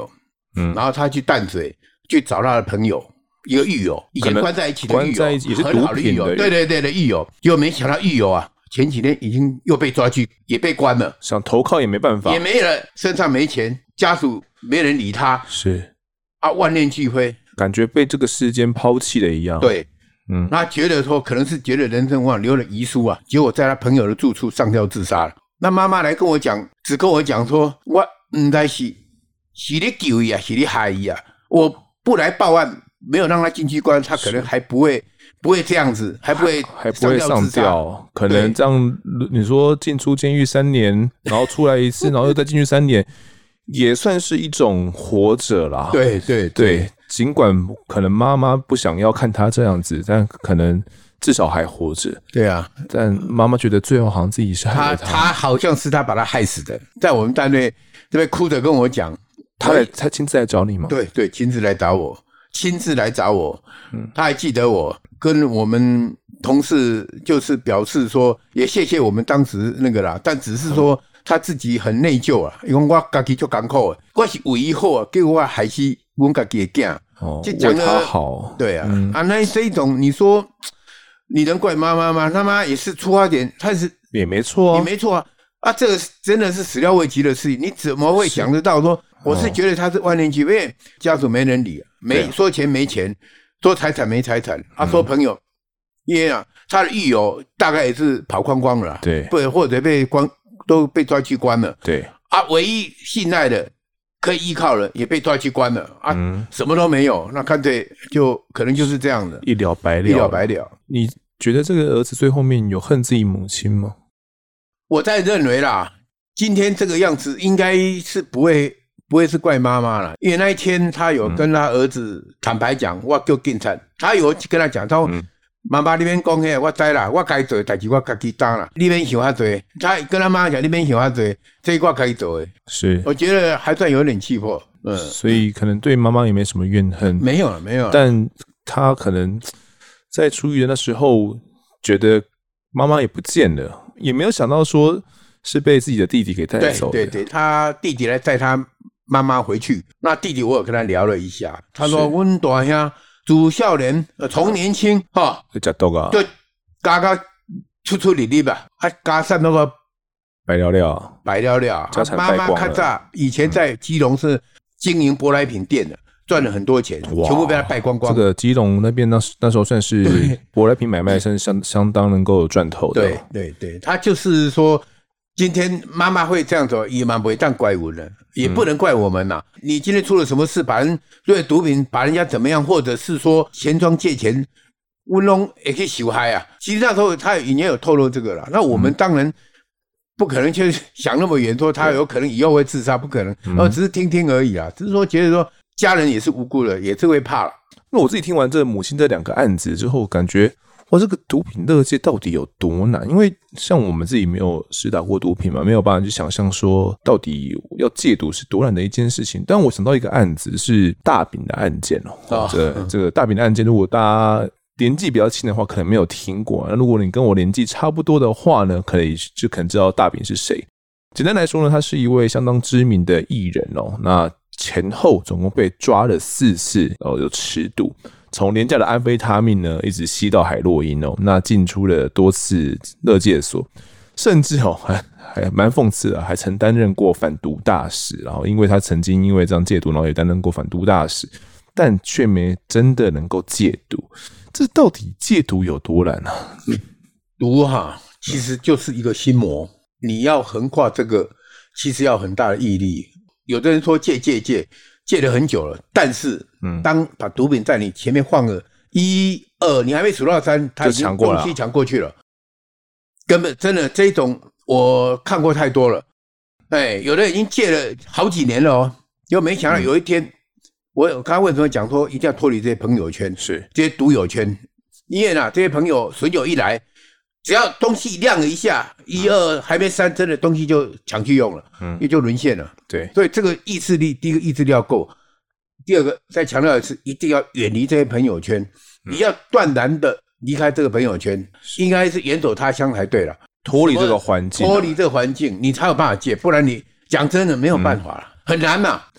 [SPEAKER 2] 然后他去淡水去找他的朋友，一个狱友，以前关在一起的狱友，
[SPEAKER 1] 也是毒品的，
[SPEAKER 2] 对的狱友，结果没想到狱友啊，前几天已经又被抓去，也被关了，
[SPEAKER 1] 想投靠也没办法，
[SPEAKER 2] 也没人，身上没钱，家属没人理他，
[SPEAKER 1] 是
[SPEAKER 2] 啊，万念俱灰，
[SPEAKER 1] 感觉被这个世间抛弃了一样。
[SPEAKER 2] 对，他觉得说可能是觉得人生忘留了遗书啊，结果在他朋友的住处上吊自杀了。那妈妈来跟我讲，只跟我讲说，我不知是你救他啊，是你害他啊，我不来报案，没有让他进去关，他可能还不会这样子，还不会
[SPEAKER 1] 上吊，可能这样。你说进出监狱3年，然后出来一次，然后又再进去3年，也算是一种活着啦。对，尽管可能妈妈不想要看他这样子，但可能至少还活着。
[SPEAKER 2] 对啊，
[SPEAKER 1] 但妈妈觉得最后好像自己是害了
[SPEAKER 2] 他好像是他把他害死的，在我们单位这边哭着跟我讲，
[SPEAKER 1] 他亲自来找你吗？
[SPEAKER 2] 对，亲自来找我，他还记得我。跟我们同事就是表示说，也谢谢我们当时那个啦，但只是说他自己很内疚啊，因为我自己很辛苦的，我是为伊好啊，结果我还是我自己的囝，
[SPEAKER 1] 为他好，
[SPEAKER 2] 对啊，那这一种你说你能怪妈妈吗？他妈也是出发点，他是
[SPEAKER 1] 也没错
[SPEAKER 2] 啊，这个真的是始料未及的事情，你怎么会想得到说？我是觉得他是万念俱灰，因为家属没人理，说钱没钱。说财产没财产，说朋友，因为他的狱友大概也是跑光光了，
[SPEAKER 1] 对，
[SPEAKER 2] 或者都被抓去关了，
[SPEAKER 1] 对，
[SPEAKER 2] 唯一信赖的可以依靠的也被抓去关了，什么都没有，那干脆就可能就是这样的，
[SPEAKER 1] 一了百了。你觉得这个儿子最后面有恨自己母亲吗？
[SPEAKER 2] 我在认为啦，今天这个样子应该是不会是怪妈妈了，因为那一天他有跟他儿子坦白讲，我叫警察，他有跟他讲，他说妈妈你免讲迄，我知啦，我该做的代志我自己担啦，你免想遐多。他跟他妈讲，你免想遐多，这我可以做的。
[SPEAKER 1] 是，
[SPEAKER 2] 我觉得还算有点气魄，
[SPEAKER 1] 所以可能对妈妈也没什么怨恨，
[SPEAKER 2] 没有了，
[SPEAKER 1] 但他可能在出狱的那时候，觉得妈妈也不见了，也没有想到说是被自己的弟弟给带走的。
[SPEAKER 2] 对，他弟弟来带他妈妈回去，那弟弟我有跟他聊了一下，他说我们大兄自少年从年轻
[SPEAKER 1] 就
[SPEAKER 2] 就家家出力力吧，家产那个
[SPEAKER 1] 白了，家产败光了。
[SPEAKER 2] 妈妈较早以前在基隆是经营舶来品店的，赚了很多钱，全部被他败光光。
[SPEAKER 1] 这个基隆那边那时候算是舶来品买卖相当能够赚头的。
[SPEAKER 2] 对，他就是说。今天妈妈会这样做，也蛮不会当怪我的，也不能怪我们呐。你今天出了什么事，把人对毒品把人家怎么样，或者是说钱庄借钱，温龙也可以受害啊。其实那时候他也有透露这个了。那我们当然不可能去想那么远，说他有可能以后会自杀，不可能。只是听而已啊，只是说觉得说家人也是无辜的，也是会怕了。
[SPEAKER 1] 那我自己听完这母亲这2个案子之后，感觉。哇，这个毒品勒戒到底有多难？因为像我们自己没有施打过毒品嘛，没有办法去想象说到底要戒毒是多难的一件事情。但我想到一个案子是大饼的案件这个大饼的案件，如果大家年纪比较轻的话，可能没有听过。那如果你跟我年纪差不多的话呢，可能知道大饼是谁。简单来说呢，他是一位相当知名的艺人那前后总共被抓了4次有持毒。从廉价的安非他命呢，一直吸到海洛因那进出了多次勒戒所，甚至还蛮讽刺的，还曾担任过反毒大使。然后因为他曾经因为这样戒毒，然后也担任过反毒大使，但却没真的能够戒毒。这到底戒毒有多难啊？
[SPEAKER 2] 毒其实就是一个心魔，你要横跨这个，其实要很大的毅力。有的人说戒了很久了，但是当把毒品在你前面放了1、2，你还没数到3，他已经东西抢过去了。根本真的这种我看过太多了。有的已经戒了好几年了又没想到有一天，我刚刚为什么讲说一定要脱离这些朋友圈，
[SPEAKER 1] 是这
[SPEAKER 2] 些毒友圈？因为这些朋友损友一来，只要东西亮了一下，1、2还没3，真的东西就抢去用了，也就沦陷了。
[SPEAKER 1] 对，
[SPEAKER 2] 所以这个意志力，第一个意志力要够，第二个再强调的是，一定要远离这些朋友圈，你要断然的离开这个朋友圈，应该是远走他乡才对了，
[SPEAKER 1] 脱离这个环境，
[SPEAKER 2] 你才有办法戒，不然你讲真的没有办法了，很难嘛。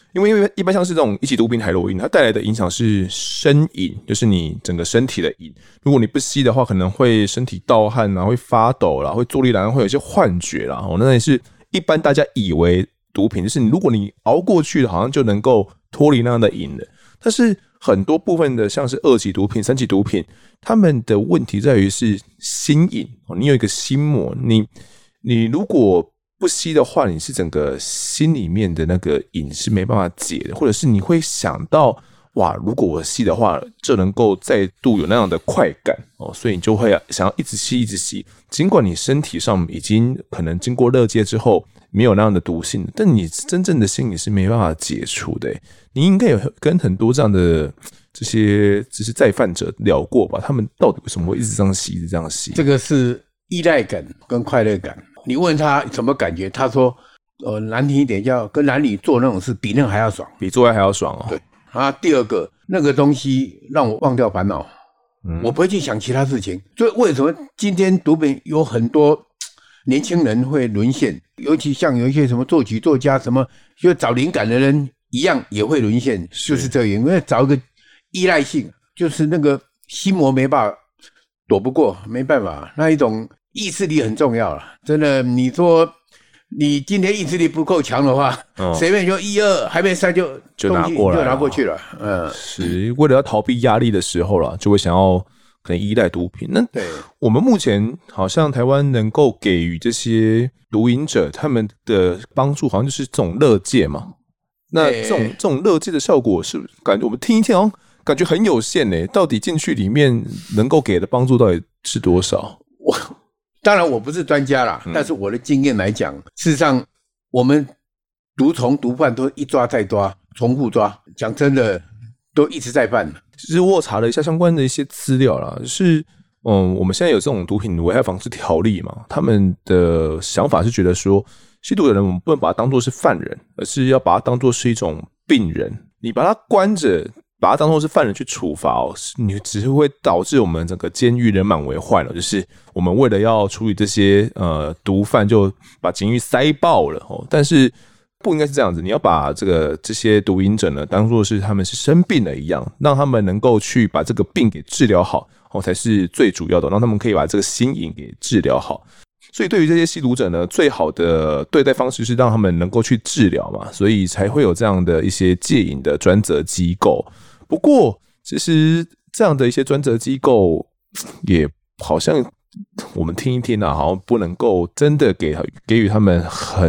[SPEAKER 1] 因为一般像是这种一级毒品海洛因，它带来的影响是身瘾，就是你整个身体的瘾。如果你不吸的话，可能会身体盗汗啊，会发抖啦，会坐立难安，会有一些幻觉啦。那也是一般大家以为毒品，就是如果你熬过去了，好像就能够脱离那样的瘾了。但是很多部分的像是2级毒品、3级毒品，他们的问题在于是心瘾。你有一个心魔，你如果不吸的话，你是整个心里面的那个瘾是没办法解的，或者是你会想到哇，如果我吸的话，就能够再度有那样的快感所以你就会想要一直吸一直吸，尽管你身体上已经可能经过热戒之后没有那样的毒性，但你真正的心理是没办法解除的。你应该有跟很多这样的这些只是再犯者聊过吧？他们到底为什么会一直这样吸，一直这样吸？
[SPEAKER 2] 这个是依赖感跟快乐感。你问他什么感觉，他说难听一点叫跟男女做那种事比那个还要爽，
[SPEAKER 1] 比做爱还要爽
[SPEAKER 2] 对啊，第二个那个东西让我忘掉烦恼，我不会去想其他事情。所以为什么今天毒品有很多年轻人会沦陷，尤其像有一些什么作曲作家什么就找灵感的人一样也会沦陷，就是这个原因。因为找一个依赖性，就是那个心魔没办法躲不过，没办法，那一种意志力很重要了。真的，你说你今天意志力不够强的话，随便就1、2还没塞就
[SPEAKER 1] 拿过来，
[SPEAKER 2] 就拿过去了。
[SPEAKER 1] 是为了要逃避压力的时候啦，就会想要可能依赖毒品。那
[SPEAKER 2] 对
[SPEAKER 1] 我们目前好像台湾能够给予这些毒瘾者他们的帮助，好像就是这种勒戒嘛。那这种勒戒的效果是感觉我们听一听好像感觉很有限呢。到底进去里面能够给的帮助到底是多少？
[SPEAKER 2] 当然我不是专家啦，但是我的经验来讲，事实上我们毒虫毒贩都一抓再抓，重复抓，讲真的都一直在犯。
[SPEAKER 1] 其实我查了一下相关的一些资料啦，就是我们现在有这种毒品危害防治条例嘛，他们的想法是觉得说，吸毒的人我们不能把他当作是犯人，而是要把他当作是一种病人。你把他关着，把他当作是犯人去处罚你只是会导致我们整个监狱人满为患了。就是我们为了要处理这些毒贩，就把监狱塞爆了但是不应该是这样子，你要把这些毒瘾者呢，当作是他们是生病了一样，让他们能够去把这个病给治疗好才是最主要的，让他们可以把这个心瘾给治疗好。所以对于这些吸毒者呢，最好的对待方式是让他们能够去治疗嘛，所以才会有这样的一些戒瘾的专责机构。不过其实这样的一些专责机构也好像我们听一听好像不能够真的给予他们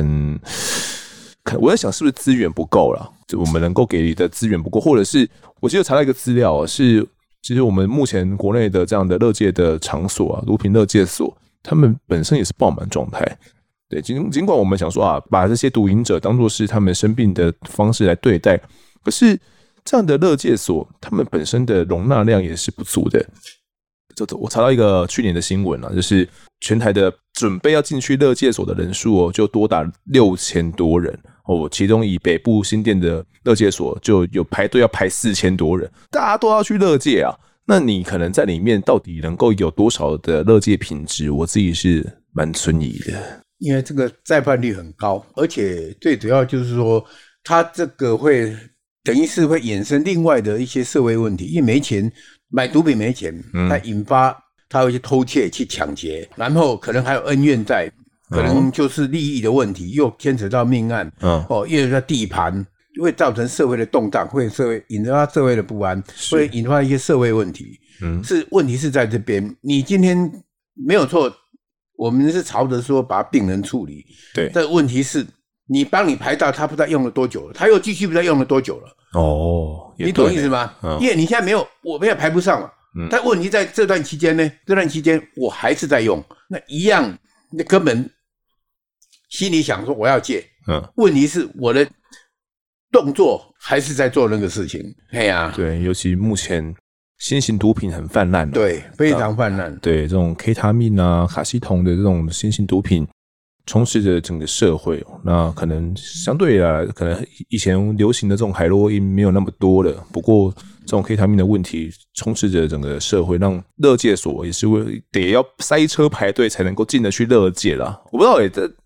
[SPEAKER 1] 我在想是不是资源不够啦，就我们能够给予的资源不够，或者是我记得查到一个资料是其实我们目前国内的这样的勒戒的场所毒品勒戒所，他们本身也是爆满状态。对，尽管我们想说把这些毒瘾者当作是他们生病的方式来对待，可是这样的勒戒所他们本身的容纳量也是不足的。我查到一个去年的新闻就是全台的准备要进去勒戒所的人数就多达6000多人其中以北部新店的勒戒所就有排队要排4000多人，大家都要去勒戒那你可能在里面到底能够有多少的勒戒品质，我自己是蛮存疑的。
[SPEAKER 2] 因为这个再犯率很高，而且最主要就是说它这个会等于是会衍生另外的一些社会问题，因为没钱买毒品没钱，它引发他会去偷窃去抢劫，然后可能还有恩怨在，可能就是利益的问题，又牵扯到命案，又有在地盘，会造成社会的动荡，会引发社会的不安，会引发一些社会问题。问题是在这边，你今天没有错，我们是朝着说把病人处理，
[SPEAKER 1] 对，
[SPEAKER 2] 但问题是你帮你排到他不知道用了多久了，他又继续不知道用了多久了。
[SPEAKER 1] 你
[SPEAKER 2] 懂意思吗？因为你现在没有，我们也排不上了。但问题在这段期间呢，这段期间我还是在用，那一样，那根本心里想说我要戒，问题是我的动作还是在做那个事情。
[SPEAKER 1] 对，尤其目前新型毒品很泛滥，
[SPEAKER 2] 对，非常泛滥。
[SPEAKER 1] 对，这种 K 他命卡西酮的这种新型毒品充斥着整个社会，那可能相对来，可能以前流行的这种海洛因没有那么多了。不过这种 K 他命的问题充斥着整个社会，让勒戒所也是得要塞车排队才能够进得去勒戒啦。我不知道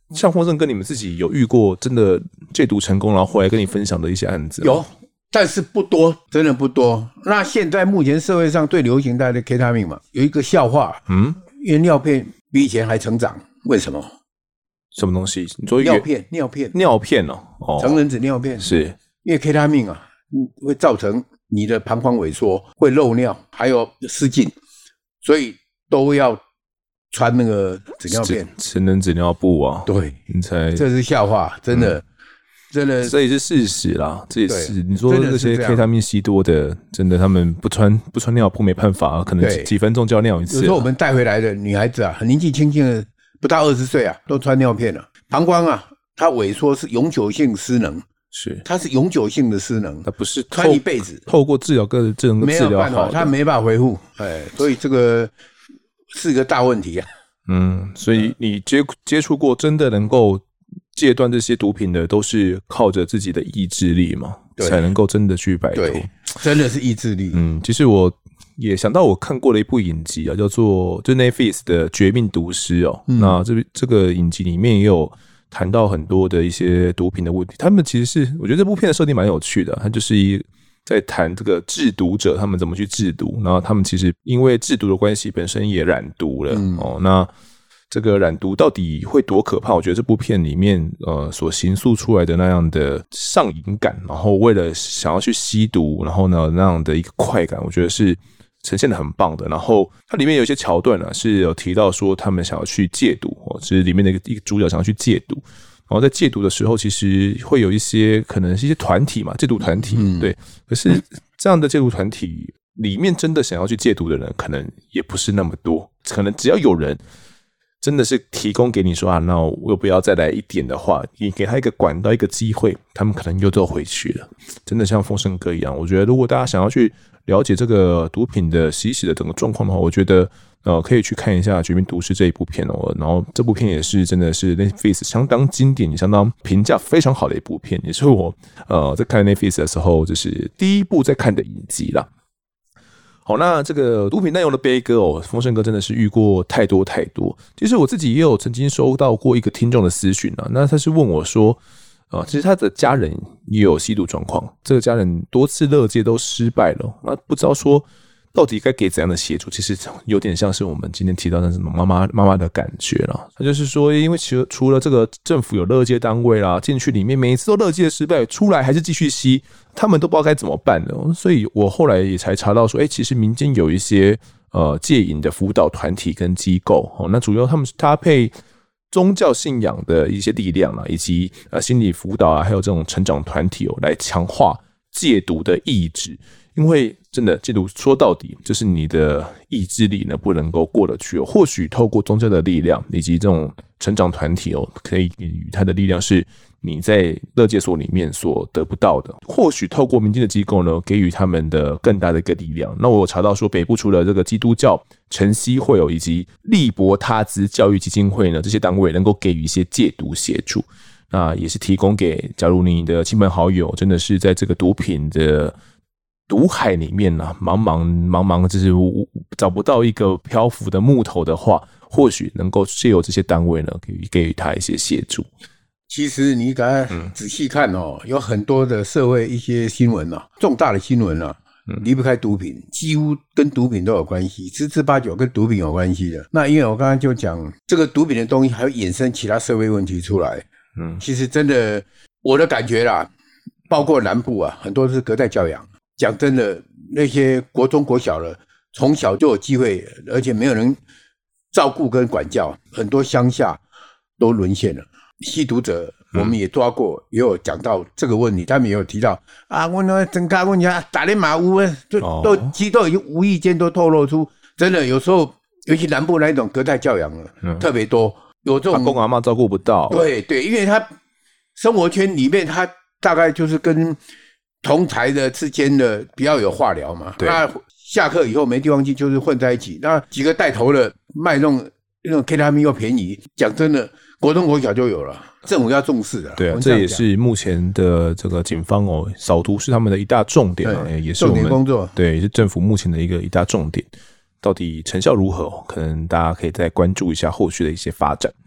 [SPEAKER 1] 像丰盛哥，你们自己有遇过真的戒毒成功，然后后来跟你分享的一些案子吗？
[SPEAKER 2] 有，但是不多，真的不多。那现在目前社会上最流行的 K 他命嘛，有一个笑话，因为尿片比以前还成长，为什么？
[SPEAKER 1] 什么东西？你说
[SPEAKER 2] 尿片
[SPEAKER 1] 哦，
[SPEAKER 2] 成人纸尿片，
[SPEAKER 1] 是
[SPEAKER 2] 因为 K 他命啊，会造成你的膀胱萎缩，会漏尿，还有失禁，所以都要穿那个纸尿片，
[SPEAKER 1] 成人纸尿布啊。
[SPEAKER 2] 对，
[SPEAKER 1] 你才
[SPEAKER 2] 这是笑话，真的。真的，
[SPEAKER 1] 这也是事实啦，这也是你说那些 K 他命吸多的，真的他们不穿尿布没办法，可能几分钟就要尿一次。
[SPEAKER 2] 有时候我们带回来的女孩子啊，很年纪轻轻的，不到20岁啊，都穿尿片了。膀胱啊，它萎缩是永久性失能，它是永久性的失能，
[SPEAKER 1] 它不是
[SPEAKER 2] 穿一辈子，
[SPEAKER 1] 透过治疗
[SPEAKER 2] 没有办法，它没办法恢复，所以这个是一个大问题啊。
[SPEAKER 1] 所以你接触过真的能够戒断这些毒品的，都是靠着自己的意志力嘛，才能够真的去摆脱。
[SPEAKER 2] 真的是意志力。
[SPEAKER 1] 其实我也想到我看过了一部影集啊，叫做就 Netflix 的《绝命毒师》哦。那这个影集里面也有谈到很多的一些毒品的问题。他们其实是我觉得这部片的设定蛮有趣的，它就是在谈这个制毒者他们怎么去制毒，然后他们其实因为制毒的关系本身也染毒了哦。那这个染毒到底会多可怕？我觉得这部片里面所形塑出来的那样的上瘾感，然后为了想要去吸毒，然后呢那样的一个快感，我觉得是呈现的很棒的。然后它里面有一些桥段啊，是有提到说他们想要去戒毒就是里面的一个主角想要去戒毒，然后在戒毒的时候，其实会有一些可能是一些团体嘛，戒毒团体，对。可是这样的戒毒团体里面，真的想要去戒毒的人，可能也不是那么多。可能只要有人真的是提供给你说啊，那我又不要再来一点的话，你给他一个管道一个机会，他们可能又都回去了。真的像丰盛哥一样，我觉得如果大家想要去了解这个毒品的吸食的整个状况的话，我觉得可以去看一下《绝命毒师》这一部片哦。然后这部片也是真的是 Netflix 相当经典，也相当评价非常好的一部片，也是我在看 Netflix 的时候就是第一部在看的影集啦。好，那这个毒品滥用的悲歌哦，丰盛哥真的是遇过太多太多。其实我自己也有曾经收到过一个听众的私讯啊，那他是问我说，其实他的家人也有吸毒状况，这个家人多次勒戒都失败了，那不知道说到底该给怎样的协助，其实有点像是我们今天提到的什么妈妈的感觉啦。他就是说，因为除了这个政府有勒戒单位啦，进去里面每一次都勒戒失败，出来还是继续吸，他们都不知道该怎么办了。所以我后来也才查到说，其实民间有一些戒瘾的辅导团体跟机构，那主要他们是搭配宗教信仰的一些力量啦，以及心理辅导啊，还有这种成长团体来强化戒毒的意志。因为真的戒毒说到底就是你的意志力呢不能够过得去或许透过宗教的力量以及这种成长团体可以给予它的力量是你在勒戒所里面所得不到的，或许透过民间的机构呢给予他们的更大的一个力量。那我有查到说北部除了这个基督教晨曦会以及利伯他兹教育基金会呢，这些单位能够给予一些戒毒协助，那也是提供给假如你的亲朋好友真的是在这个毒品的毒海里面啊，茫茫就是找不到一个漂浮的木头的话，或许能够借由这些单位呢，给予他一些协助。
[SPEAKER 2] 其实你刚才仔细看有很多的社会一些新闻啊，重大的新闻啊，离不开毒品，几乎跟毒品都有关系，十之八九跟毒品有关系的。那因为我刚刚就讲这个毒品的东西，还有衍生其他社会问题出来。其实真的我的感觉啦，包括南部啊，很多是隔代教养。讲真的，那些国中国小的从小就有机会，而且没有人照顾跟管教，很多乡下都沦陷了。吸毒者我们也抓过，也有讲到这个问题，他们也有提到啊，我那增加问题啊，打连马屋其实都已经无意间都透露出，真的有时候尤其南部那一种隔代教养了，特别多，有这种
[SPEAKER 1] 阿公阿嬷照顾不到，
[SPEAKER 2] 对，因为他生活圈里面他大概就是跟同才的之间的比较有话聊嘛，那下课以后没地方去，就是混在一起。那几个带头的卖那种 K 他命又便宜，讲真的，国中国小就有了，政府要重视的。
[SPEAKER 1] 对啊，这也是目前的这个警方扫毒是他们的一大重点也是我们
[SPEAKER 2] 重点工作。
[SPEAKER 1] 对，是政府目前的一大重点。到底成效如何？可能大家可以再关注一下后续的一些发展。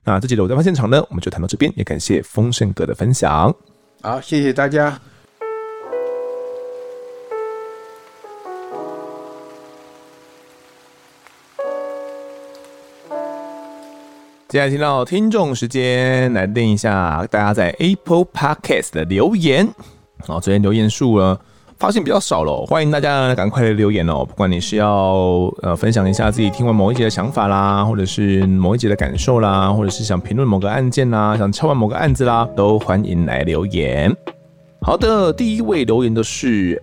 [SPEAKER 1] 那这集的我在发现场呢，我们就谈到这边，也感谢丰盛哥的分享。
[SPEAKER 2] 好，谢谢大家。
[SPEAKER 1] 接下来听到听众时间，来念一下大家在 Apple Podcast 的留言。昨天留言数呢发现比较少了，欢迎大家赶快来留言哦。不管你是要分享一下自己听完某一集的想法啦，或者是某一集的感受啦，或者是想评论某个案件啦，想敲完某个案子啦，都欢迎来留言。好的，第一位留言的是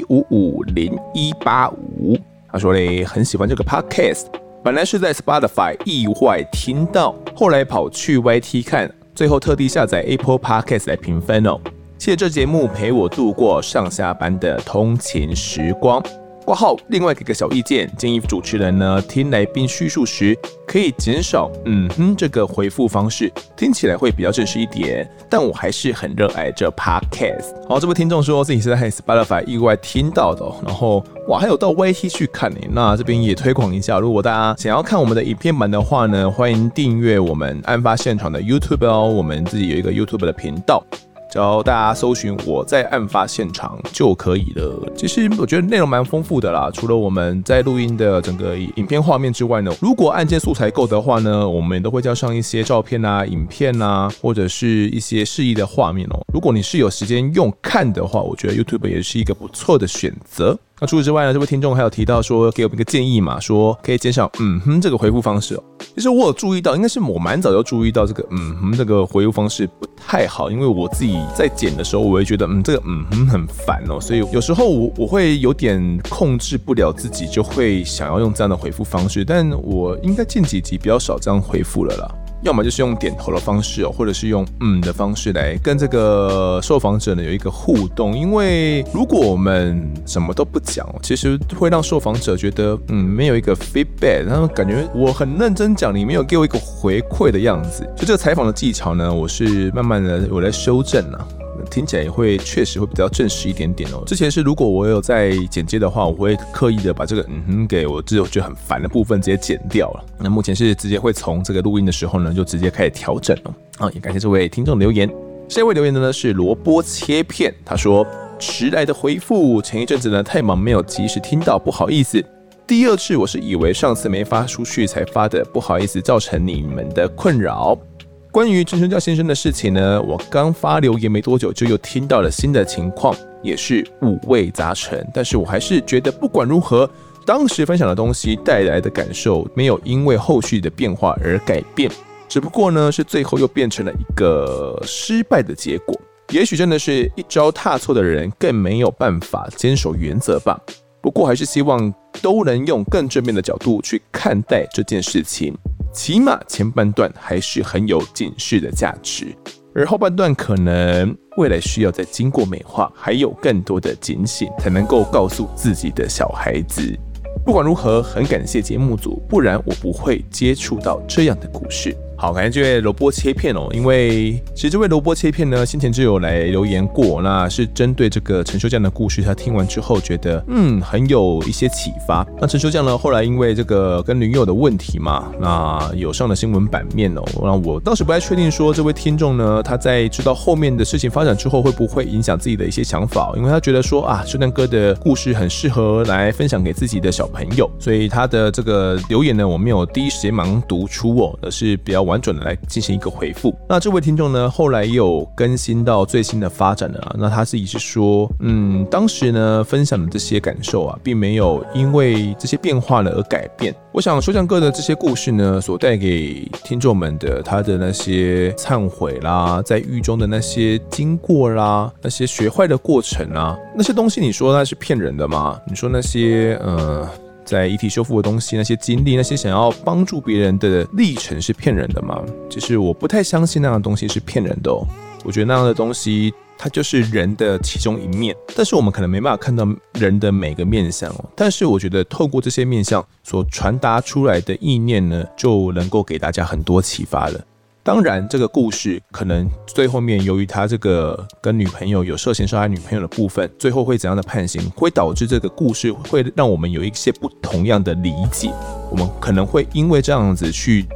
[SPEAKER 1] A550185，他说嘞，很喜欢这个 podcast。本来是在 Spotify 意外听到，后来跑去 YT 看，最后特地下载 Apple Podcast 来评分哦。谢谢这节目陪我度过上下班的通勤时光。括号另外给个小意见，建议主持人呢听来宾叙述时可以减少这个回复方式，听起来会比较正式一点。但我还是很热爱这 podcast。好，这位听众说自己是在 Spotify 意外听到的，然后哇还有到 YT 去看耶。那这边也推广一下，如果大家想要看我们的影片版的话呢，欢迎订阅我们案发现场的 YouTube 哦，我们自己有一个 YouTube 的频道。只要大家搜寻我在案发现场就可以了。其实我觉得内容蛮丰富的啦，除了我们在录音的整个影片画面之外呢，如果案件素材够的话呢，我们也都会加上一些照片啊、影片啊，或者是一些示意的画面哦。如果你是有时间用看的话，我觉得 YouTube 也是一个不错的选择。那除此之外呢，这位听众还有提到说给我们一个建议嘛，说可以减少这个回复方式哦。其实我有注意到，应该是我蛮早就注意到这个这个回复方式不太好，因为我自己在剪的时候，我会觉得这个很烦哦，所以有时候我会有点控制不了自己，就会想要用这样的回复方式，但我应该近几集比较少这样回复了啦。要么就是用点头的方式哦，或者是用的方式来跟这个受访者呢有一个互动。因为如果我们什么都不讲，其实会让受访者觉得没有一个 feedback， 然后感觉我很认真讲，你没有给我一个回馈的样子。所以这个采访的技巧呢，我是慢慢的我来修正啊。听起来也会确实会比较正式一点点哦。之前是如果我有在剪接的话，我会刻意的把这个给我觉得很烦的部分直接剪掉了。那目前是直接会从这个录音的时候呢，就直接开始调整了。也感谢这位听众留言。下一位留言的呢是萝卜切片，他说迟来的回复，前一阵子呢太忙没有及时听到，不好意思。第二次我是以为上次没发出去才发的，不好意思造成你们的困扰。关于陈春教先生的事情呢，我刚发留言没多久就又听到了新的情况，也是五味杂陈。但是我还是觉得不管如何，当时分享的东西带来的感受没有因为后续的变化而改变，只不过呢是最后又变成了一个失败的结果。也许真的是一朝踏错的人更没有办法坚守原则吧。不过还是希望都能用更正面的角度去看待这件事情。起码前半段还是很有警示的价值，而后半段可能未来需要再经过美化，还有更多的警醒，才能够告诉自己的小孩子。不管如何，很感谢节目组，不然我不会接触到这样的故事。好，感谢这位萝卜切片哦，因为其实这位萝卜切片呢，先前就有来留言过，那是针对这个陈修匠的故事，他听完之后觉得很有一些启发。那陈修匠呢，后来因为这个跟女友的问题嘛，那有上了新闻版面哦。那我当时不太确定说这位听众呢，他在知道后面的事情发展之后，会不会影响自己的一些想法，因为他觉得说修匠哥的故事很适合来分享给自己的小朋友，所以他的这个留言呢，我没有第一时间盲读出而是比较完整的来进行一个回复。那这位听众呢，后来也有更新到最新的发展了那他自己是说，当时呢分享的这些感受并没有因为这些变化了而改变。我想修匠哥的这些故事呢，所带给听众们的他的那些忏悔啦，在狱中的那些经过啦，那些学坏的过程啊，那些东西，你说那是骗人的吗？你说那些在遗体修复的东西，那些经历，那些想要帮助别人的历程是骗人的吗？其实我不太相信那样的东西是骗人的我觉得那样的东西它就是人的其中一面，但是我们可能没办法看到人的每个面向但是我觉得透过这些面向所传达出来的意念呢，就能够给大家很多启发了。当然这个故事可能最后面由于他这个跟女朋友有涉嫌杀害女朋友的部分，最后会怎样的判刑，会导致这个故事会让我们有一些不同样的理解，我们可能会因为这样子去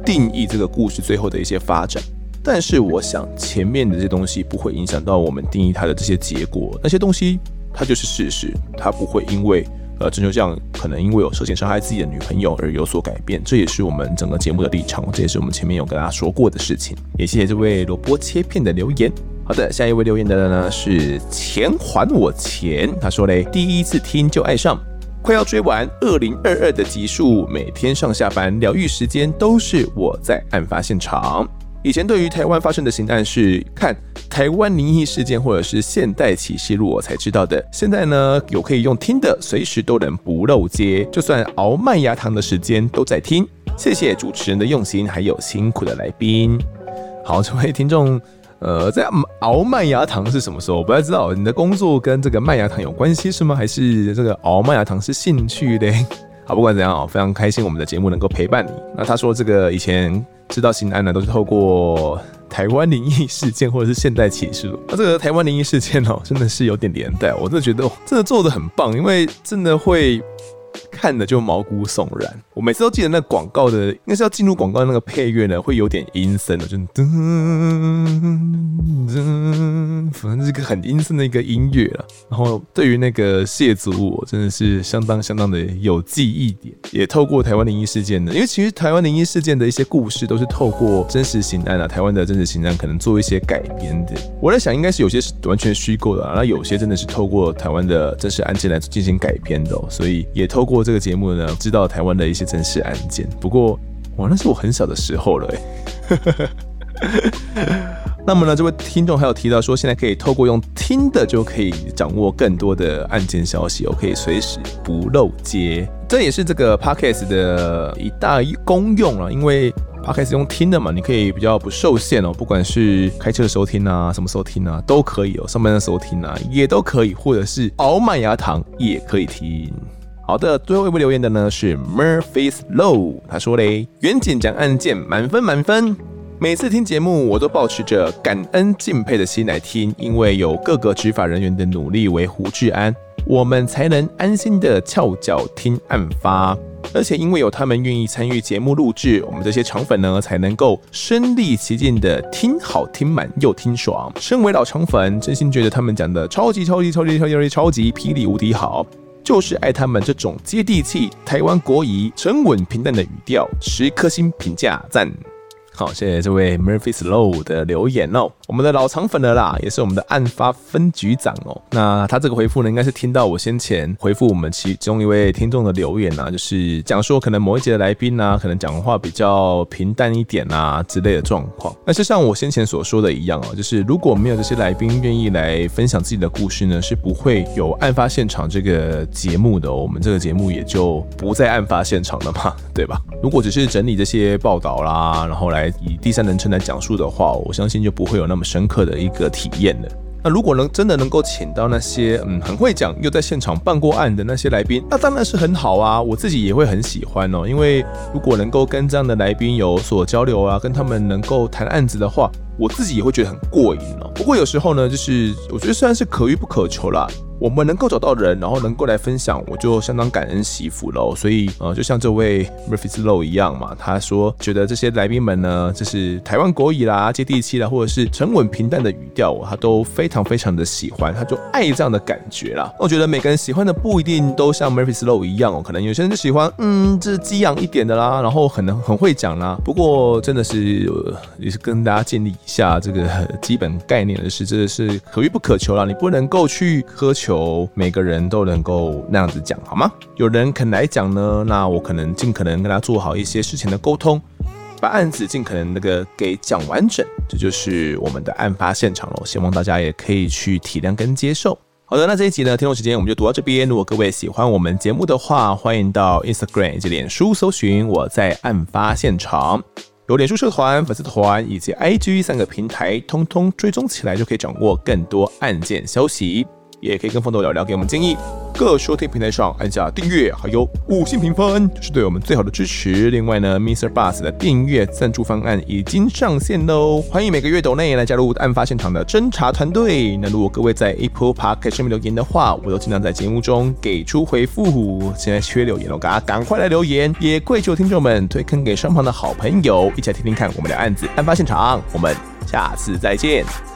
[SPEAKER 1] 定义这个故事最后的一些发展。但是我想前面的这些东西不会影响到我们定义它的这些结果，那些东西它就是事实，它不会因为郑秀将可能因为有涉嫌伤害自己的女朋友而有所改变，这也是我们整个节目的立场，这也是我们前面有跟大家说过的事情。也谢谢这位萝卜切片的留言。好的，下一位留言的呢是钱还我钱，他说嘞，第一次听就爱上，快要追完2022的集数，每天上下班疗愈时间都是我在案发现场。以前对于台湾发生的刑案是看台湾灵异事件或者是现代启示录我才知道的，现在呢有可以用听的，随时都能不漏接，就算熬麦芽糖的时间都在听。谢谢主持人的用心，还有辛苦的来宾。好，这位听众在熬麦芽糖是什么时候？我不太知道，你的工作跟这个麦芽糖有关系是吗？还是这个熬麦芽糖是兴趣嘞？好，不管怎样，非常开心我们的节目能够陪伴你。那他说这个以前知道刑案呢，都是透过台湾灵异事件或者是现代启示录。那这个台湾灵异事件真的是有点年代，我真的觉得真的做得很棒，因为真的会看的就毛骨悚然。我每次都记得那广告的，应该是要进入广告的那个配乐呢，会有点阴森的，就反正是一个很阴森的一个音乐啦。然后对于那个谢祖武，真的是相当的有记忆点，也透过台湾灵异事件的，因为其实台湾灵异事件的一些故事都是透过真实刑案台湾的真实刑案可能做一些改编的。我在想，应该是有些是完全虚构的那有些真的是透过台湾的真实案件来进行改编的所以也透过这个节目呢，知道台湾的一些真实案件。不过，哇，那是我很小的时候了那么呢，这位听众还有提到说，现在可以透过用听的就可以掌握更多的案件消息可以随时不漏接。这也是这个 Podcast 的一大功用了，因为 Podcast 用听的嘛，你可以比较不受限不管是开车的收听啊，什么时候听啊都可以上班的收听啊也都可以，或者是熬麦芽糖也可以听。好的，最后一位留言的呢是 Murphy's Low， 他说嘞，远景讲案件满分。每次听节目，我都保持着感恩敬佩的心来听，因为有各个执法人员的努力维护治安，我们才能安心的翘脚听案发。而且因为有他们愿意参与节目录制，我们这些肠粉呢才能够身临其境的听好听满又听爽。身为老肠粉，真心觉得他们讲的超级霹雳无敌好。就是爱他们这种接地气、台湾国语、沉稳平淡的语调，10颗星评价赞。好，谢谢这位 Murphy's Low 的留言我们的老肠粉了啦，也是我们的案发分局长那他这个回复呢，应该是听到我先前回复我们其中一位听众的留言就是讲说可能某一节的来宾可能讲话比较平淡一点之类的状况。那就像我先前所说的一样就是如果没有这些来宾愿意来分享自己的故事呢，是不会有案发现场这个节目的我们这个节目也就不在案发现场了嘛，对吧？如果只是整理这些报道啦，然后来以第三人称来讲述的话，我相信就不会有那么深刻的一个体验了。那如果真的能够请到那些很会讲又在现场办过案的那些来宾，那当然是很好我自己也会很喜欢因为如果能够跟这样的来宾有所交流跟他们能够谈案子的话，我自己也会觉得很过瘾不过有时候呢，就是我觉得虽然是可遇不可求啦，我们能够找到人，然后能够来分享，我就相当感恩惜福了所以就像这位 Murphy's Low 一样嘛，他说觉得这些来宾们呢，就是台湾国语啦、接地气啦，或者是沉稳平淡的语调他都非常的喜欢，他就爱这样的感觉啦。我觉得每个人喜欢的不一定都像 Murphy's Low 一样可能有些人就喜欢这激昂一点的啦，然后可能很会讲啦。不过真的是也是跟大家建立一下这个基本概念的是，真的是可遇不可求啦，你不能够去苛求每个人都能够那样子讲好吗？有人肯来讲呢，那我可能尽可能跟他做好一些事情的沟通，把案子尽可能给讲完整，这就是我们的案发现场希望大家也可以去体谅跟接受。好的，那这一集呢，听众时间我们就读到这边。如果各位喜欢我们节目的话，欢迎到 Instagram 以及脸书搜寻我在案发现场，有脸书社团、粉丝团以及 IG 3个平台通通追踪起来，就可以掌握更多案件消息。 也可以跟风豆聊聊，给我们建议。各收听平台上按下订阅，还有5星评分，就是对我们最好的支持。另外呢 ，Mr. Bus 的订阅赞助方案已经上线喽，欢迎每个月斗内来加入案发现场的侦查团队。那如果各位在 Apple Podcast 上面留言的话，我都尽量在节目中给出回复。现在缺留言了，赶快来留言，也跪求听众们推坑给身旁的好朋友，一起来听听看我们的案子案发现场。我们下次再见。